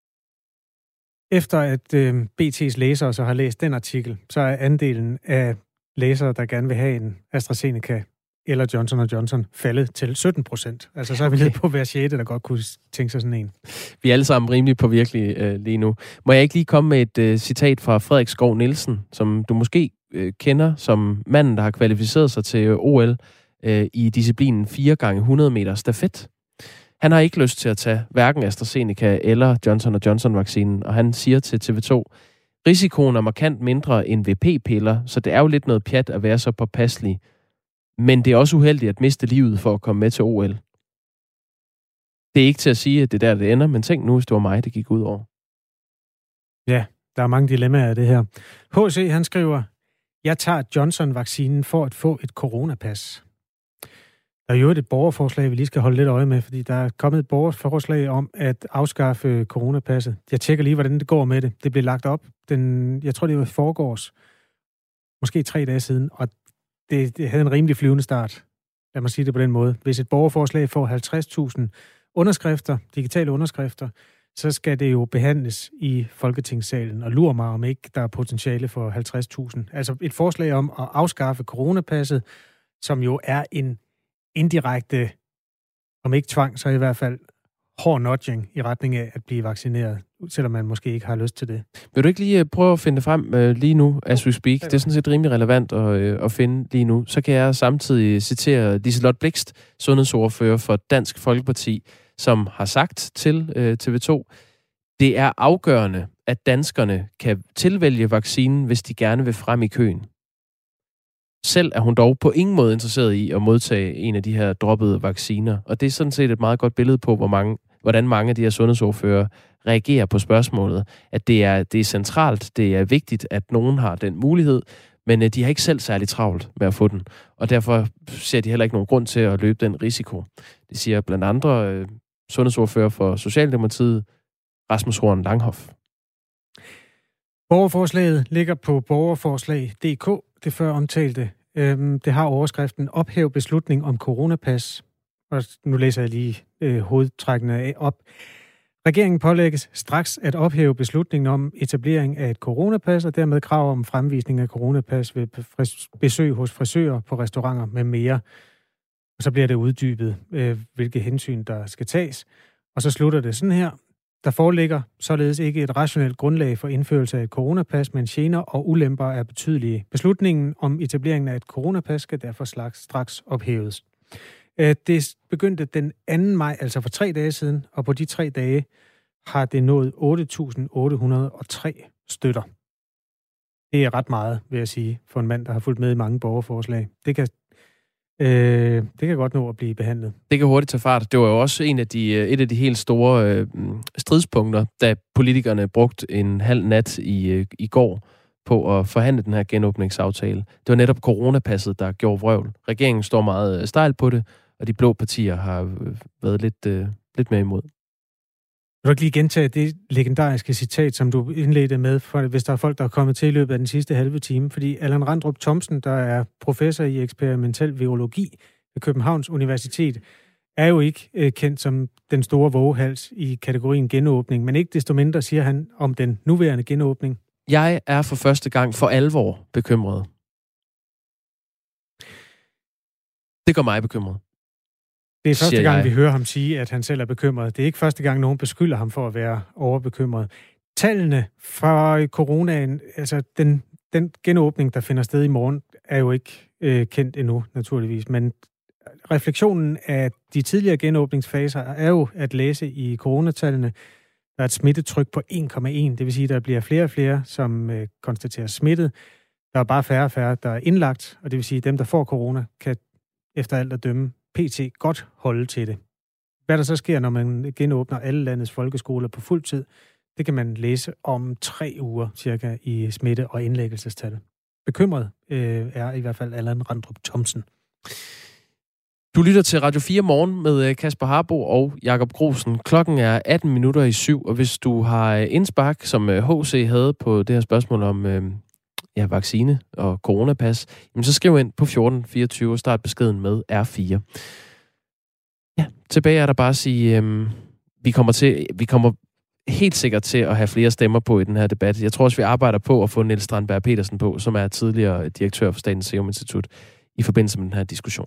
Efter at øh, B T's læsere så har læst den artikel, så er andelen af læsere, der gerne vil have en AstraZeneca eller Johnson og Johnson, faldet til sytten procent. Altså så er vi okay. Nede på hver sjette, der godt kunne tænke sig sådan en. Vi er alle sammen rimelig påvirkelige øh, lige nu. Må jeg ikke lige komme med et øh, citat fra Frederik Skov Nielsen, som du måske øh, kender som manden, der har kvalificeret sig til øh, O L øh, i disciplinen fire gange hundrede meter stafet. Han har ikke lyst til at tage hverken AstraZeneca eller Johnson og Johnson-vaccinen, og han siger til T V to, risikoen er markant mindre end ved p-piller, så det er jo lidt noget pjat at være så påpasselig. Men det er også uheldigt at miste livet for at komme med til O L. Det er ikke til at sige, at det er der, det ender, men tænk nu, hvis det var mig, det gik ud over. Ja, der er mange dilemmaer af det her. H C, han skriver, jeg tager Johnson-vaccinen for at få et coronapas. Der er jo et borgerforslag, vi lige skal holde lidt øje med, fordi der er kommet et borgerforslag om at afskaffe coronapasset. Jeg tjekker lige, hvordan det går med det. Det blev lagt op, den, jeg tror, det var i forgårs, måske tre dage siden, og det, det havde en rimelig flyvende start. Lad mig sige det på den måde. Hvis et borgerforslag får halvtreds tusind underskrifter, digitale underskrifter, så skal det jo behandles i Folketingssalen, og lurer mig, om ikke der er potentiale for halvtreds tusind. Altså et forslag om at afskaffe coronapasset, som jo er en indirekte, om ikke tvang, så i hvert fald hård nudging i retning af at blive vaccineret, selvom man måske ikke har lyst til det. Vil du ikke lige prøve at finde det frem uh, lige nu, as we speak? Det er sådan set rimelig relevant at, uh, at finde lige nu. Så kan jeg samtidig citere Liselott Blixt, sundhedsordfører for Dansk Folkeparti, som har sagt til uh, T V to, det er afgørende, at danskerne kan tilvælge vaccinen, hvis de gerne vil frem i køen. Selv er hun dog på ingen måde interesseret i at modtage en af de her droppede vacciner. Og det er sådan set et meget godt billede på, hvor mange, hvordan mange af de her sundhedsordfører reagerer på spørgsmålet. At det er, det er centralt, det er vigtigt, at nogen har den mulighed, men de har ikke selv særlig travlt med at få den. Og derfor ser de heller ikke nogen grund til at løbe den risiko. Det siger blandt andre øh, sundhedsordfører for Socialdemokratiet, Rasmus Horn Langhoff. Borgerforslaget ligger på borgerforslag punktum d k. Det før omtalte. Øhm, det har overskriften ophæv beslutning om coronapas. Og nu læser jeg lige øh, hovedtrækkene af op. Regeringen pålægges straks at ophæve beslutningen om etablering af et coronapas, og dermed krav om fremvisning af coronapas ved besøg hos frisører, på restauranter med mere. Og så bliver det uddybet, hvilke hensyn der skal tages. Og så slutter det sådan her. Der foreligger således ikke et rationelt grundlag for indførelse af et coronapas, men gener og ulemper er betydelige. Beslutningen om etableringen af et coronapas skal derfor straks ophæves. Det begyndte den anden maj, altså for tre dage siden, og på de tre dage har det nået otte tusind otte hundrede og tre støtter. Det er ret meget, vil jeg sige, for en mand, der har fulgt med i mange borgerforslag. Det kan, øh, det kan godt nå at blive behandlet. Det kan hurtigt tage fart. Det var jo også en af de, et af de helt store øh, stridspunkter, da politikerne brugte en halv nat i, øh, i går på at forhandle den her genåbningsaftale. Det var netop coronapasset, der gjorde vrøvl. Regeringen står meget stejlt på det, og de blå partier har været lidt, øh, lidt mere imod. Vil du ikke lige gentage det legendariske citat, som du indledte med, for hvis der er folk, der er kommet til i løbet af den sidste halve time? Fordi Allan Randrup Thomsen, der er professor i eksperimentel virologi ved Københavns Universitet, er jo ikke øh, kendt som den store vågehals i kategorien genåbning, men ikke desto mindre siger han om den nuværende genåbning. Jeg er for første gang for alvor bekymret. Det gør mig bekymret. Det er første gang, vi hører ham sige, at han selv er bekymret. Det er ikke første gang, nogen beskylder ham for at være overbekymret. Tallene fra coronaen, altså den, den genåbning, der finder sted i morgen, er jo ikke øh, kendt endnu, naturligvis. Men refleksionen af de tidligere genåbningsfaser er jo at læse i coronatallene. Der er et smittetryk på en komma en, det vil sige, at der bliver flere og flere, som øh, konstaterer smittet. Der er bare færre og færre, der er indlagt, og det vil sige, at dem, der får corona, kan efter alt at dømme P T godt holde til det. Hvad der så sker, når man genåbner alle landets folkeskoler på fuld tid, det kan man læse om tre uger cirka i smitte- og indlæggelsestal. Bekymret øh, er i hvert fald Allan Randrup Thomsen. Du lytter til Radio fire Morgen med Kasper Harbo og Jakob Grosen. Klokken er atten minutter i syv, og hvis du har indspark, som H C havde på det her spørgsmål om øh, ja, vaccine og coronapas, jamen så skriv ind på fjorten fireogtyve og start beskeden med R fire. Ja, tilbage er der bare at sige, øh, vi kommer til, vi kommer helt sikkert til at have flere stemmer på i den her debat. Jeg tror også, vi arbejder på at få Niels Strandberg Petersen på, som er tidligere direktør for Statens Serum Institut, i forbindelse med den her diskussion.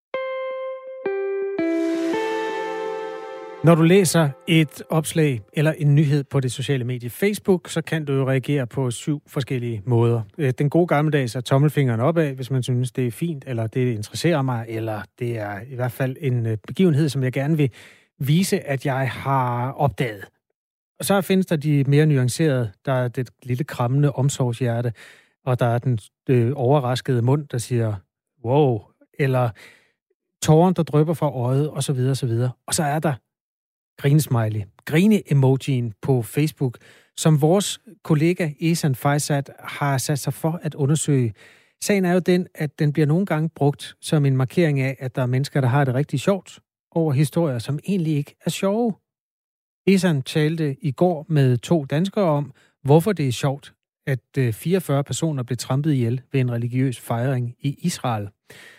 Når du læser et opslag eller en nyhed på det sociale medie Facebook, så kan du jo reagere på syv forskellige måder. Den gode gammeldags er tommelfingeren opad, hvis man synes, det er fint, eller det interesserer mig, eller det er i hvert fald en begivenhed, som jeg gerne vil vise, at jeg har opdaget. Og så findes der de mere nuancerede. Der er det lille krammende omsorgshjerte, og der er den øh, overraskede mund, der siger, wow, eller tåren, der drypper fra øjet, og så videre, og så videre. Og så er der grinesmiley, grine-emojien på Facebook, som vores kollega Ehsan Faisat har sat sig for at undersøge. Sagen er jo den, at den bliver nogle gange brugt som en markering af, at der er mennesker, der har det rigtig sjovt over historier, som egentlig ikke er sjove. Ehsan talte i går med to danskere om, hvorfor det er sjovt, at fireogfyrre personer blev trampet ihjel ved en religiøs fejring i Israel.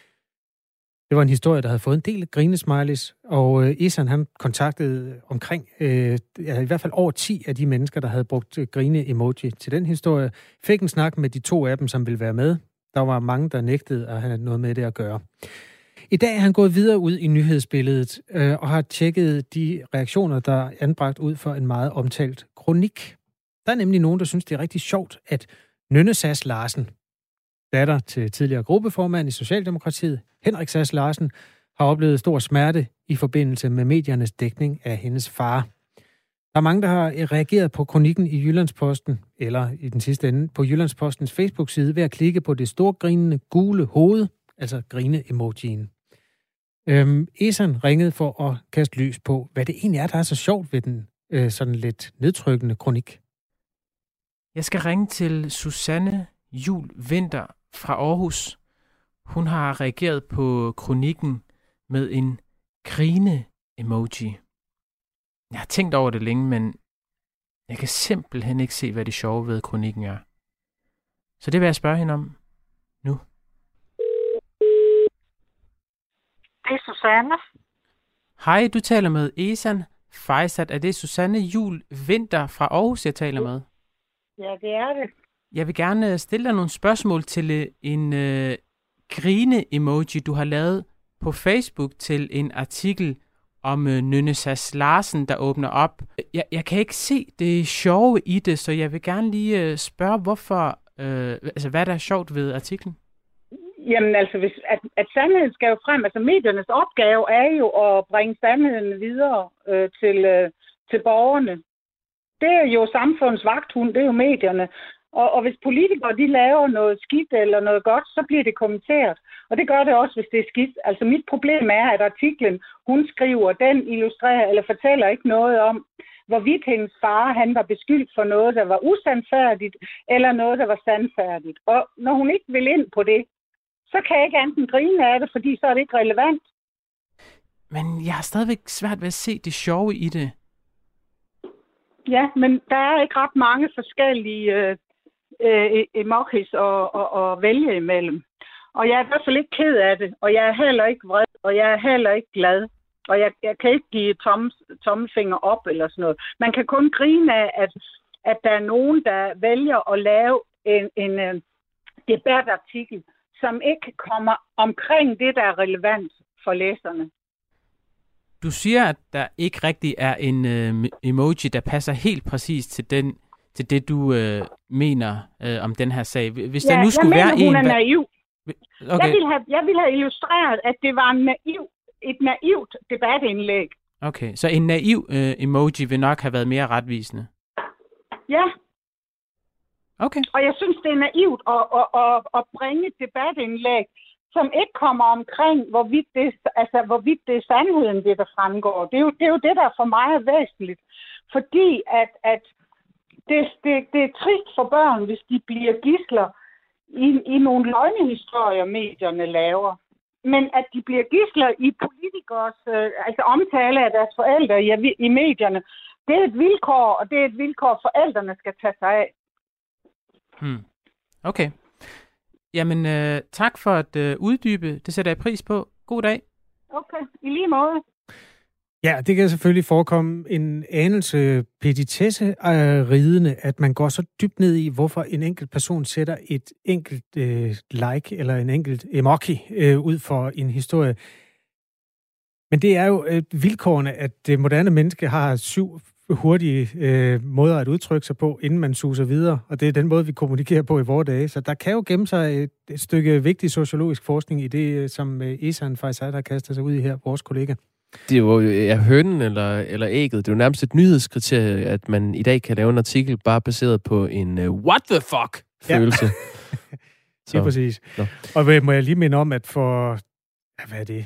Det var en historie, der havde fået en del grinesmileys, og Ehsan han kontaktede omkring, øh, i hvert fald over ti af de mennesker, der havde brugt grine-emoji til den historie, fik en snak med de to af dem, som ville være med. Der var mange, der nægtede at have noget med det at gøre. I dag er han gået videre ud i nyhedsbilledet øh, og har tjekket de reaktioner, der er anbragt ud for en meget omtalt kronik. Der er nemlig nogen, der synes, det er rigtig sjovt, at Nynne Sass Larsen, datter til tidligere gruppeformand i Socialdemokratiet, Henrik Sass Larsen, har oplevet stor smerte i forbindelse med mediernes dækning af hendes far. Der er mange, der har reageret på kronikken i Jyllandsposten, eller i den sidste ende på Jyllandspostens Facebook-side, ved at klikke på det store grinende gule hoved, altså grine-emojien. Øhm, Ehsan ringede for at kaste lys på, hvad det egentlig er, der er så sjovt ved den øh, sådan lidt nedtrykkende kronik. Jeg skal ringe til Susanne Jul Vinter fra Aarhus. Hun har reageret på kronikken med en grine-emoji. Jeg har tænkt over det længe, men jeg kan simpelthen ikke se, hvad det sjove ved kronikken er. Så det vil jeg spørge hende om nu. Det er Susanne. Hej, du taler med Ehsan Faisat. Er det Susanne Juhl Vinter fra Aarhus, jeg taler med? Ja, det er det. Jeg vil gerne stille dig nogle spørgsmål til en øh, grine-emoji, du har lavet på Facebook til en artikel om øh, Nynne Sass Larsen, der åbner op. Jeg, jeg kan ikke se det sjove i det, så jeg vil gerne lige øh, spørge, hvorfor, øh, altså hvad der er sjovt ved artiklen? Jamen altså, hvis, at, at sandheden skal jo frem. Altså mediernes opgave er jo at bringe sandheden videre øh, til, øh, til borgerne. Det er jo samfundets vagthund, det er jo medierne. Og, og hvis politikere de laver noget skidt eller noget godt, så bliver det kommenteret. Og det gør det også, hvis det er skidt. Altså mit problem er, at artiklen, hun skriver, den illustrerer eller fortæller ikke noget om, hvorvidt hendes far, han var beskyldt for noget, der var usandfærdigt, eller noget, der var sandfærdigt. Og når hun ikke vil ind på det, så kan jeg ikke andet end grine af det, fordi så er det ikke relevant. Men jeg har stadigvæk svært ved at se det sjove i det. Ja, men der er ikke ret mange forskellige øh, øh, emojis at, at, at vælge imellem. Og jeg er i hvert fald ikke ked af det, og jeg er heller ikke vred, og jeg er heller ikke glad. Og jeg, jeg kan ikke give tomme, tommelfinger op eller sådan noget. Man kan kun grine af, at, at der er nogen, der vælger at lave en, en, en debatartikel, som ikke kommer omkring det, der er relevant for læserne. Du siger, at der ikke rigtig er en øh, emoji, der passer helt præcis til, den, til det, du øh, mener øh, om den her sag. Hvis ja, der nu skulle jeg være mener, hun en... er naiv. Okay. Jeg, ville have, jeg ville have illustreret, at det var en naiv, et naivt debatindlæg. Okay, så en naiv øh, emoji vil nok have været mere retvisende? Ja. Okay. Og jeg synes, det er naivt at, at, at, at bringe et debatindlæg, som ikke kommer omkring, hvorvidt det, altså, hvorvidt det er sandheden, det der fremgår. Det er, jo, det er jo det, der for mig er væsentligt. Fordi at, at det, det, det er trist for børn, hvis de bliver gidsler i, i nogle løgnehistorier, medierne laver. Men at de bliver gidsler i politikers øh, altså omtale af deres forældre i, i medierne, det er et vilkår, og det er et vilkår, forældrene skal tage sig af. Hmm. Okay. Jamen, øh, tak for at øh, uddybe. Det sætter jeg pris på. God dag. Okay, i lige måde. Ja, det kan selvfølgelig forekomme en anelse petitesse-ridende, at man går så dybt ned i, hvorfor en enkelt person sætter et enkelt øh, like eller en enkelt emoji øh, ud for en historie. Men det er jo øh, vilkårene, at det moderne menneske har syv hurtige øh, måder at udtrykke sig på, inden man suser videre, og det er den måde, vi kommunikerer på i vore dage. Så der kan jo gemme sig et, et stykke vigtig sociologisk forskning i det, som øh, Ehsan Faisat har kastet sig ud i her, vores kollega. Det er jo ja, hønen eller, eller ægget. Det er jo nærmest et nyhedskriterie, at man i dag kan lave en artikel bare baseret på en uh, what the fuck-følelse. Ja. Det er præcis. Nå. Og må jeg lige minde om, at for, hvad er det,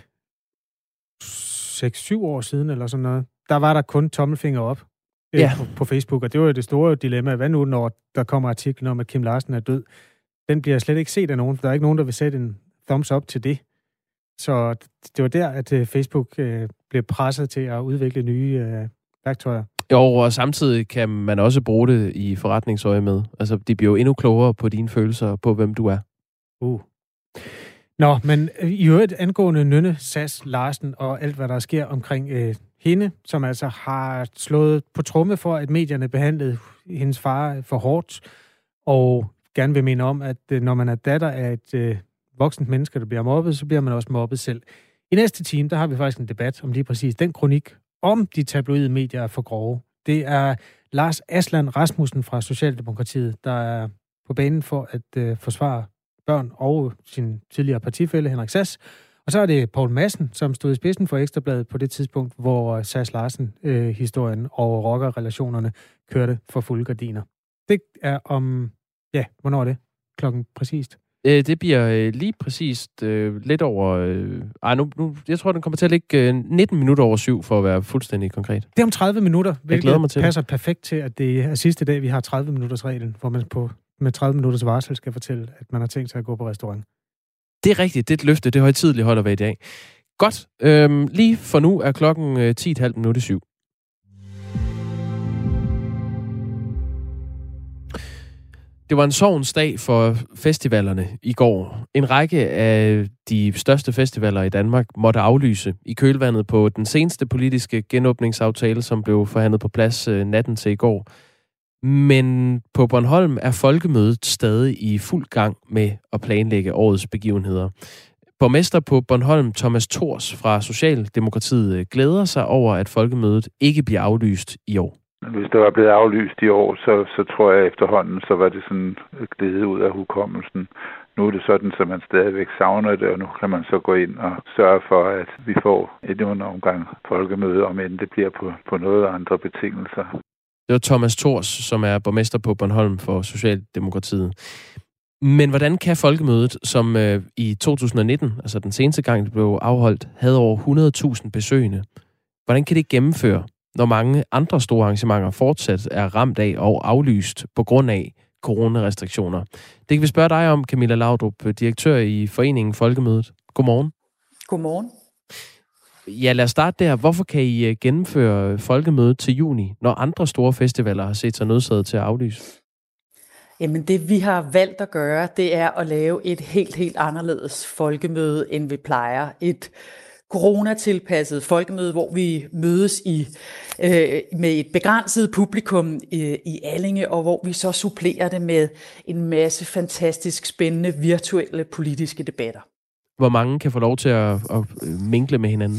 seks syv år siden eller sådan noget, der var der kun tommelfinger op øh, ja. på, på Facebook, og det var jo det store dilemma. Hvad nu, når der kommer artiklen om, at Kim Larsen er død? Den bliver slet ikke set af nogen, for der er ikke nogen, der vil sætte en thumbs up til det. Så det var der, at Facebook øh, blev presset til at udvikle nye øh, værktøjer. Jo, og samtidig kan man også bruge det i forretningsøje med. Altså, de bliver jo endnu klogere på dine følelser og på, hvem du er. Uh. Nå, men i øvrigt angående Nynne Sass Larsen og alt, hvad der sker omkring øh, hende, som altså har slået på tromme for, at medierne behandlede hendes far for hårdt, og gerne vil mene om, at øh, når man er datter af et øh, voksent menneske, der bliver mobbet, så bliver man også mobbet selv. I næste time, der har vi faktisk en debat om lige præcis den kronik, om de tabloide medier er for grove. Det er Lars Aslan Rasmussen fra Socialdemokratiet, der er på banen for at øh, forsvare børn og sin tidligere partifælle Henrik Sass. Og så er det Poul Madsen, som stod i spidsen for Ekstrabladet på det tidspunkt, hvor Sass Larsen-historien øh, og rockerrelationerne kørte for fulde gardiner. Det er om, ja, hvornår er det? Klokken præcist? Øh, det bliver øh, lige præcist øh, lidt over... Øh, ej, nu, nu, jeg tror, den kommer til at ligge øh, nitten minutter over syv, for at være fuldstændig konkret. Det er om tredive minutter, hvilket mig til passer det. perfekt til, at det er sidste dag, vi har tredive minutters reglen, hvor man på, med tredive minutters varsel skal fortælle, at man har tænkt sig at gå på restaurant. Det er rigtigt. Det er et løfte. Det højtideligt holder vi i dag. Godt. Øhm, lige for nu er klokken øh, ti komma fem minutter i syv. Det var en sorgens dag for festivalerne i går. En række af de største festivaler i Danmark måtte aflyse i kølvandet på den seneste politiske genåbningsaftale, som blev forhandlet på plads natten til i går. Men på Bornholm er folkemødet stadig i fuld gang med at planlægge årets begivenheder. Borgmester på Bornholm, Thomas Thors fra Socialdemokratiet, glæder sig over, at folkemødet ikke bliver aflyst i år. Hvis det var blevet aflyst i år, så, så tror jeg efterhånden, så var det sådan glædet ud af hukommelsen. Nu er det sådan, så man stadigvæk savner det, og nu kan man så gå ind og sørge for, at vi får endnu en omgang folkemøde, om end det bliver på, på noget andre betingelser. Det var Thomas Thors, som er borgmester på Bornholm for Socialdemokratiet. Men hvordan kan folkemødet, som øh, i to tusind nitten, altså den seneste gang, det blev afholdt, havde over hundrede tusind besøgende, hvordan kan det gennemføre, når mange andre store arrangementer fortsat er ramt af og aflyst på grund af coronarestriktioner? Det kan vi spørge dig om, Camilla Laudrup, direktør i Foreningen Folkemødet. Godmorgen. Godmorgen. Ja, lad os starte der. Hvorfor kan I gennemføre folkemødet til juni, når andre store festivaler har set sig nødsaget til at aflyse? Jamen det vi har valgt at gøre, det er at lave et helt, helt anderledes folkemøde, end vi plejer. Et coronatilpasset folkemøde, hvor vi mødes i øh, med et begrænset publikum øh, i Allinge, og hvor vi så supplerer det med en masse fantastisk spændende virtuelle politiske debatter. Hvor mange kan få lov til at, at minkle med hinanden?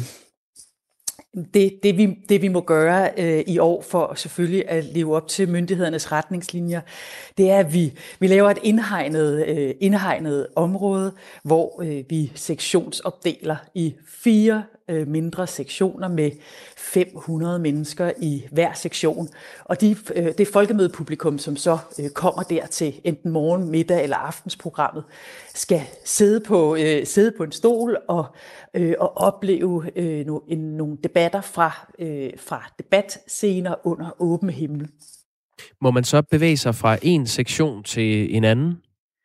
Det, det, vi, det vi må gøre øh, i år for selvfølgelig at leve op til myndighedernes retningslinjer, det er, at vi, vi laver et indhegnet, øh, indhegnet område, hvor øh, vi sektionsopdeler i fire øh, mindre sektioner med fem hundrede mennesker i hver sektion. Og de, øh, det folkemødepublikum, som så øh, kommer der til enten morgen, middag eller aftensprogrammet, skal sidde på, øh, sidde på en stol og, øh, og opleve øh, no, en, nogle debatter fra, øh, fra debatscener under åben himmel. Må man så bevæge sig fra en sektion til en anden?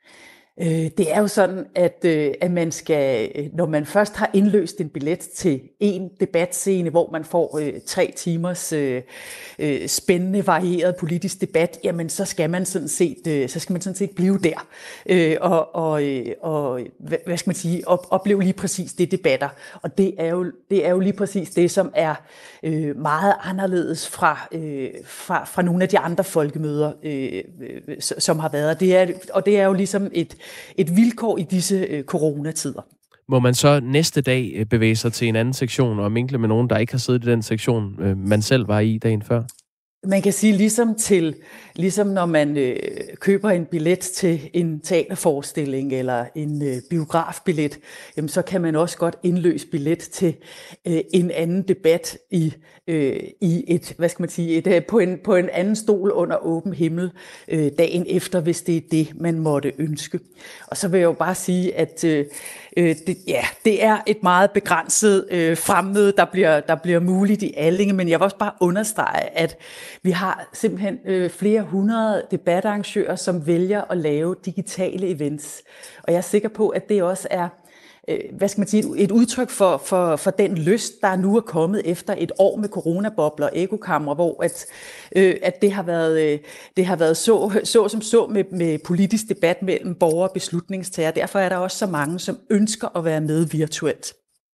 Det er jo sådan, at, at man skal, når man først har indløst en billet til en debatscene, hvor man får øh, tre timers øh, spændende, varieret politisk debat, jamen så skal man sådan set, øh, så skal man sådan set blive der øh, og, og, og hvad skal man sige, op, opleve lige præcis det debatter. Og det er jo, det er jo lige præcis det, som er øh, meget anderledes fra, øh, fra, fra nogle af de andre folkemøder, øh, som har været. Det er, og det er jo ligesom et et vilkår i disse øh, coronatider. Må man så næste dag bevæge sig til en anden sektion og minkle med nogen, der ikke har siddet i den sektion, øh, man selv var i dagen før? Man kan sige, ligesom, til, ligesom når man øh, køber en billet til en teaterforestilling eller en øh, biografbillet, jamen, så kan man også godt indløse billet til øh, en anden debat i, øh, i et, hvad skal man sige, et, øh, på, en, på en anden stol under åben himmel øh, dagen efter, hvis det er det, man måtte ønske. Og så vil jeg jo bare sige, at øh, det, ja, det er et meget begrænset øh, fremmøde, der bliver, der bliver muligt i Allinge, men jeg vil også bare understrege, at vi har simpelthen øh, flere hundrede debatarrangører, som vælger at lave digitale events. Og jeg er sikker på, at det også er øh, hvad skal man sige, et udtryk for, for, for den lyst, der nu er kommet efter et år med coronabobler og ekokamre, hvor at, øh, at det har været, øh, det har været så, så som så med, med politisk debat mellem borgere og beslutningstagere. Derfor er der også så mange, som ønsker at være med virtuelt.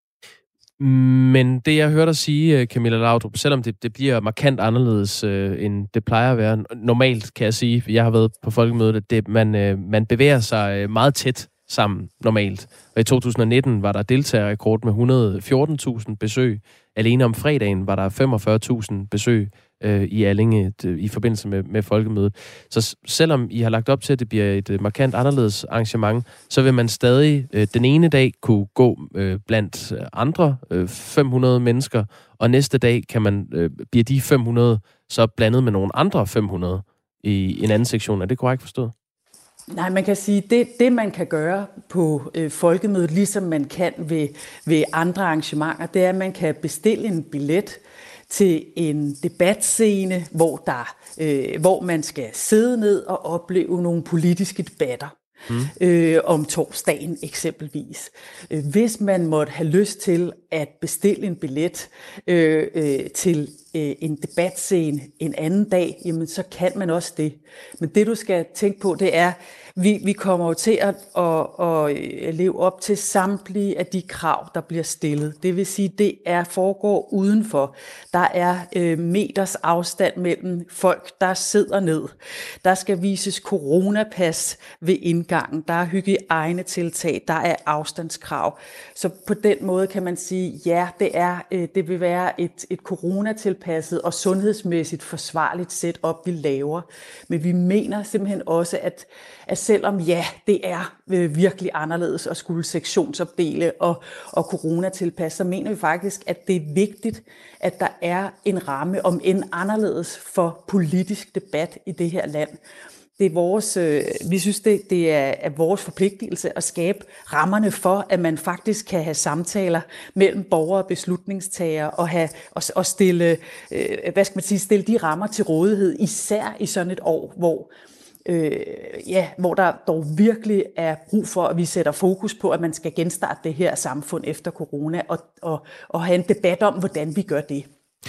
Men det, jeg hørte dig sige, Camilla Laudrup, selvom det, det bliver markant anderledes, øh, end det plejer at være, normalt kan jeg sige, jeg har været på folkemødet, at det, man, øh, man bevæger sig meget tæt sammen normalt. Og i to tusind nitten var der deltagerrekord med et hundrede og fjorten tusind besøg. Alene om fredagen var der femogfyrre tusind besøg øh, i Allinge øh, i forbindelse med, med folkemødet. Så selvom I har lagt op til, at det bliver et øh, markant anderledes arrangement, så vil man stadig øh, den ene dag kunne gå øh, blandt andre øh, fem hundrede mennesker, og næste dag kan man øh, bliver de fem hundrede så blandet med nogle andre fem hundrede i en anden sektion. Er det korrekt forstået? Nej, man kan sige, det det man kan gøre på øh, folkemødet, ligesom man kan ved, ved andre arrangementer, det er, at man kan bestille en billet til en debatscene, hvor, der, øh, hvor man skal sidde ned og opleve nogle politiske debatter. Mm. Øh, om torsdagen eksempelvis. Hvis man måtte have lyst til at bestille en billet øh, øh, til en debatscene en anden dag, jamen så kan man også det. Men det du skal tænke på, det er, vi, vi kommer jo til at, at, at leve op til samtlige af de krav, der bliver stillet. Det vil sige, det er foregår udenfor. Der er øh, meters afstand mellem folk, der sidder ned. Der skal vises coronapas ved indgangen. Der er hygiejnetiltag. Der er afstandskrav. Så på den måde kan man sige, ja, det er øh, det vil være et, et coronatilpasset og sundhedsmæssigt forsvarligt setup, vi laver. Men vi mener simpelthen også, at, at selvom ja, det er øh, virkelig anderledes at skulle sektionsopdele og, og coronatilpasse, så mener vi faktisk, at det er vigtigt, at der er en ramme om end anderledes for politisk debat i det her land. Det er vores, øh, vi synes, det, det er, er vores forpligtelse at skabe rammerne for, at man faktisk kan have samtaler mellem borgere og beslutningstagere og, have, og, og stille, øh, hvad skal man sige, stille de rammer til rådighed, især i sådan et år, hvor Øh, ja, hvor der dog virkelig er brug for, at vi sætter fokus på, at man skal genstarte det her samfund efter corona, og, og, og have en debat om, hvordan vi gør det.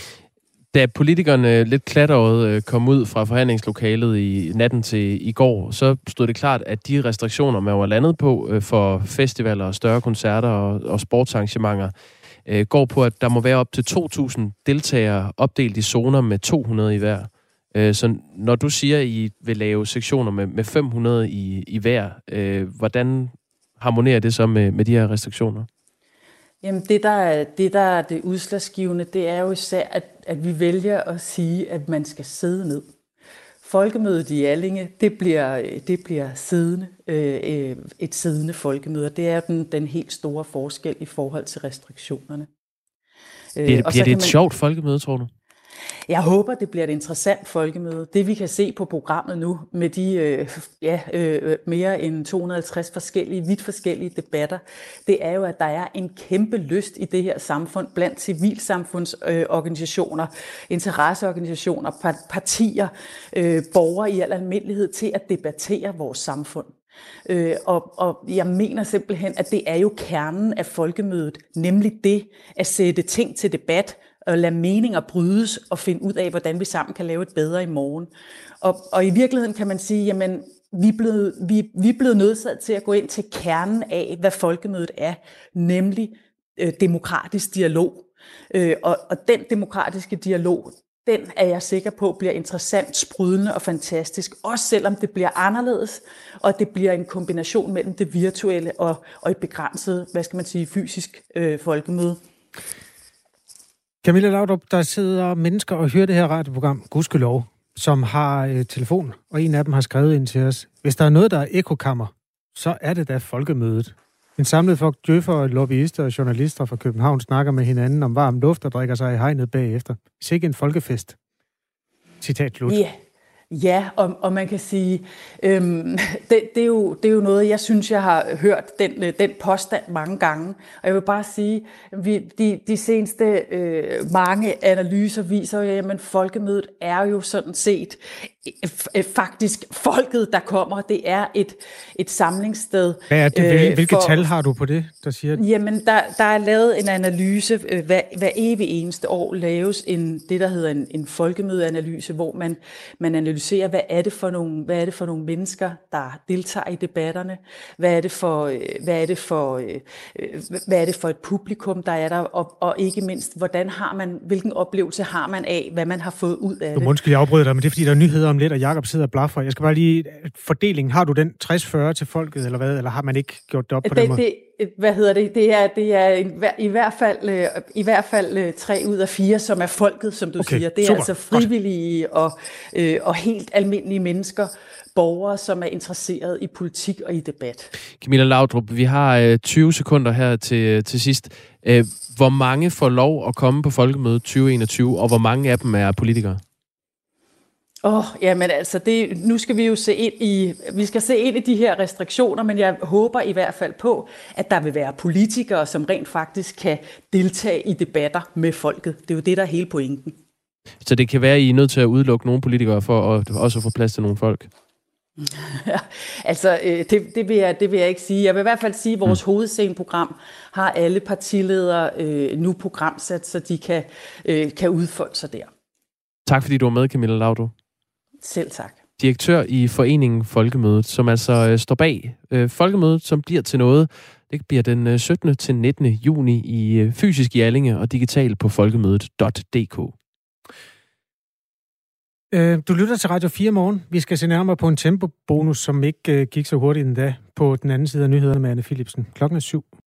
Da politikerne lidt klatret kom ud fra forhandlingslokalet i natten til i går, så stod det klart, at de restriktioner, man var landet på for festivaler og større koncerter og, og sportsarrangementer, går på, at der må være op til to tusind deltagere opdelt i zoner med to hundrede i hver. Så når du siger, at I vil lave sektioner med, med fem hundrede i, i hver, øh, hvordan harmonerer det så med, med de her restriktioner? Jamen det der, er, det, der er det udslagsgivende, det er jo især, at, at vi vælger at sige, at man skal sidde ned. Folkemødet i Allinge, det bliver, det bliver siddende, øh, et siddende folkemøde, og det er den, den helt store forskel i forhold til restriktionerne. Bliver, bliver det et man... sjovt folkemøde, tror du? Jeg håber, det bliver et interessant folkemøde. Det vi kan se på programmet nu, med de øh, ja, øh, mere end to hundrede og halvtreds forskellige, vidt forskellige debatter, det er jo, at der er en kæmpe lyst i det her samfund blandt civilsamfundsorganisationer, øh, interesseorganisationer, partier, øh, borgere i al almindelighed til at debattere vores samfund. Øh, og, og jeg mener simpelthen, at det er jo kernen af folkemødet, nemlig det at sætte ting til debat, og lade meninger brydes og finde ud af, hvordan vi sammen kan lave et bedre i morgen. Og, og i virkeligheden kan man sige, jamen vi er, blevet, vi, vi er blevet nødsaget til at gå ind til kernen af, hvad folkemødet er, nemlig øh, demokratisk dialog. Øh, og, og den demokratiske dialog, den er jeg sikker på bliver interessant, sprudlende og fantastisk, også selvom det bliver anderledes, og det bliver en kombination mellem det virtuelle og, og et begrænset, hvad skal man sige, fysisk øh, folkemøde. Camilla Laudrup, der sidder mennesker og hører det her radioprogram, gudskelov, som har øh, telefon, og en af dem har skrevet ind til os. Hvis der er noget, der er ekokammer, så er det da folkemødet. En samlet flok djøffere, lobbyister og journalister fra København snakker med hinanden om varm luft og drikker sig i hegnet bagefter. Sikke en folkefest. Citat slut. Yeah. Ja, og, og man kan sige, øhm, det, det, er jo, det er jo noget, jeg synes, jeg har hørt den, den påstand mange gange. Og jeg vil bare sige, vi, de, de seneste øh, mange analyser viser jo, at folkemødet er jo sådan set øh, faktisk folket, der kommer. Det er et, et samlingssted. Hvad er det? Hvilke, øh, hvilke tal har du på det, der siger det? Jamen, der, der er lavet en analyse. Øh, hver, hver evig eneste år laves en, det, der hedder en, en folkemødeanalyse, hvor man, man analyserer, hvad er det for nogle, hvad er det for nogle mennesker, der deltager i debatterne? Hvad er det for, hvad er det for, hvad er det for et publikum, der er der? Og, og ikke mindst, hvordan har man, hvilken oplevelse har man af, hvad man har fået ud af det? Du må undskylde, jeg afbryder dig, men det er fordi, der er nyheder om lidt, og Jakob sidder og blaffer. Jeg skal bare lige, fordelingen, har du den tres fyrre til folket, eller hvad? Eller har man ikke gjort det op på det, den måde? Det, hvad hedder det? Det er, det er en, i hvert fald i hvert fald tre ud af fire, som er folket, som du okay, siger. Det er super. Altså frivillige og, øh, og helt almindelige mennesker, borgere, som er interesseret i politik og i debat. Camilla Laudrup, vi har øh, tyve sekunder her til, til sidst. Øh, hvor mange får lov at komme på folkemødet tyve enogtyve, og hvor mange af dem er politikere? Åh, oh, jamen altså, det, nu skal vi jo se ind i, vi skal se ind i de her restriktioner, men jeg håber i hvert fald på, at der vil være politikere, som rent faktisk kan deltage i debatter med folket. Det er jo det, der er hele pointen. Så det kan være, at I er nødt til at udelukke nogle politikere for at også få plads til nogle folk? altså, det, det, vil jeg, det vil jeg ikke sige. Jeg vil i hvert fald sige, at vores mm. hovedsceneprogram har alle partiledere øh, nu programsat, så de kan, øh, kan udfolde sig der. Tak fordi du var med, Camilla Laudrup. Selv tak. Direktør i foreningen Folkemødet, som altså øh, står bag øh, Folkemødet, som bliver til noget. Det bliver den syttende til nittende juni i øh, fysisk i Allinge og digitalt på folkemødet punktum d k. Øh, du lytter til Radio fire morgen. Vi skal se nærmere på en tempobonus, som ikke øh, gik så hurtigt endda på den anden side af nyhederne med Anne Philipsen. Klokken er syv.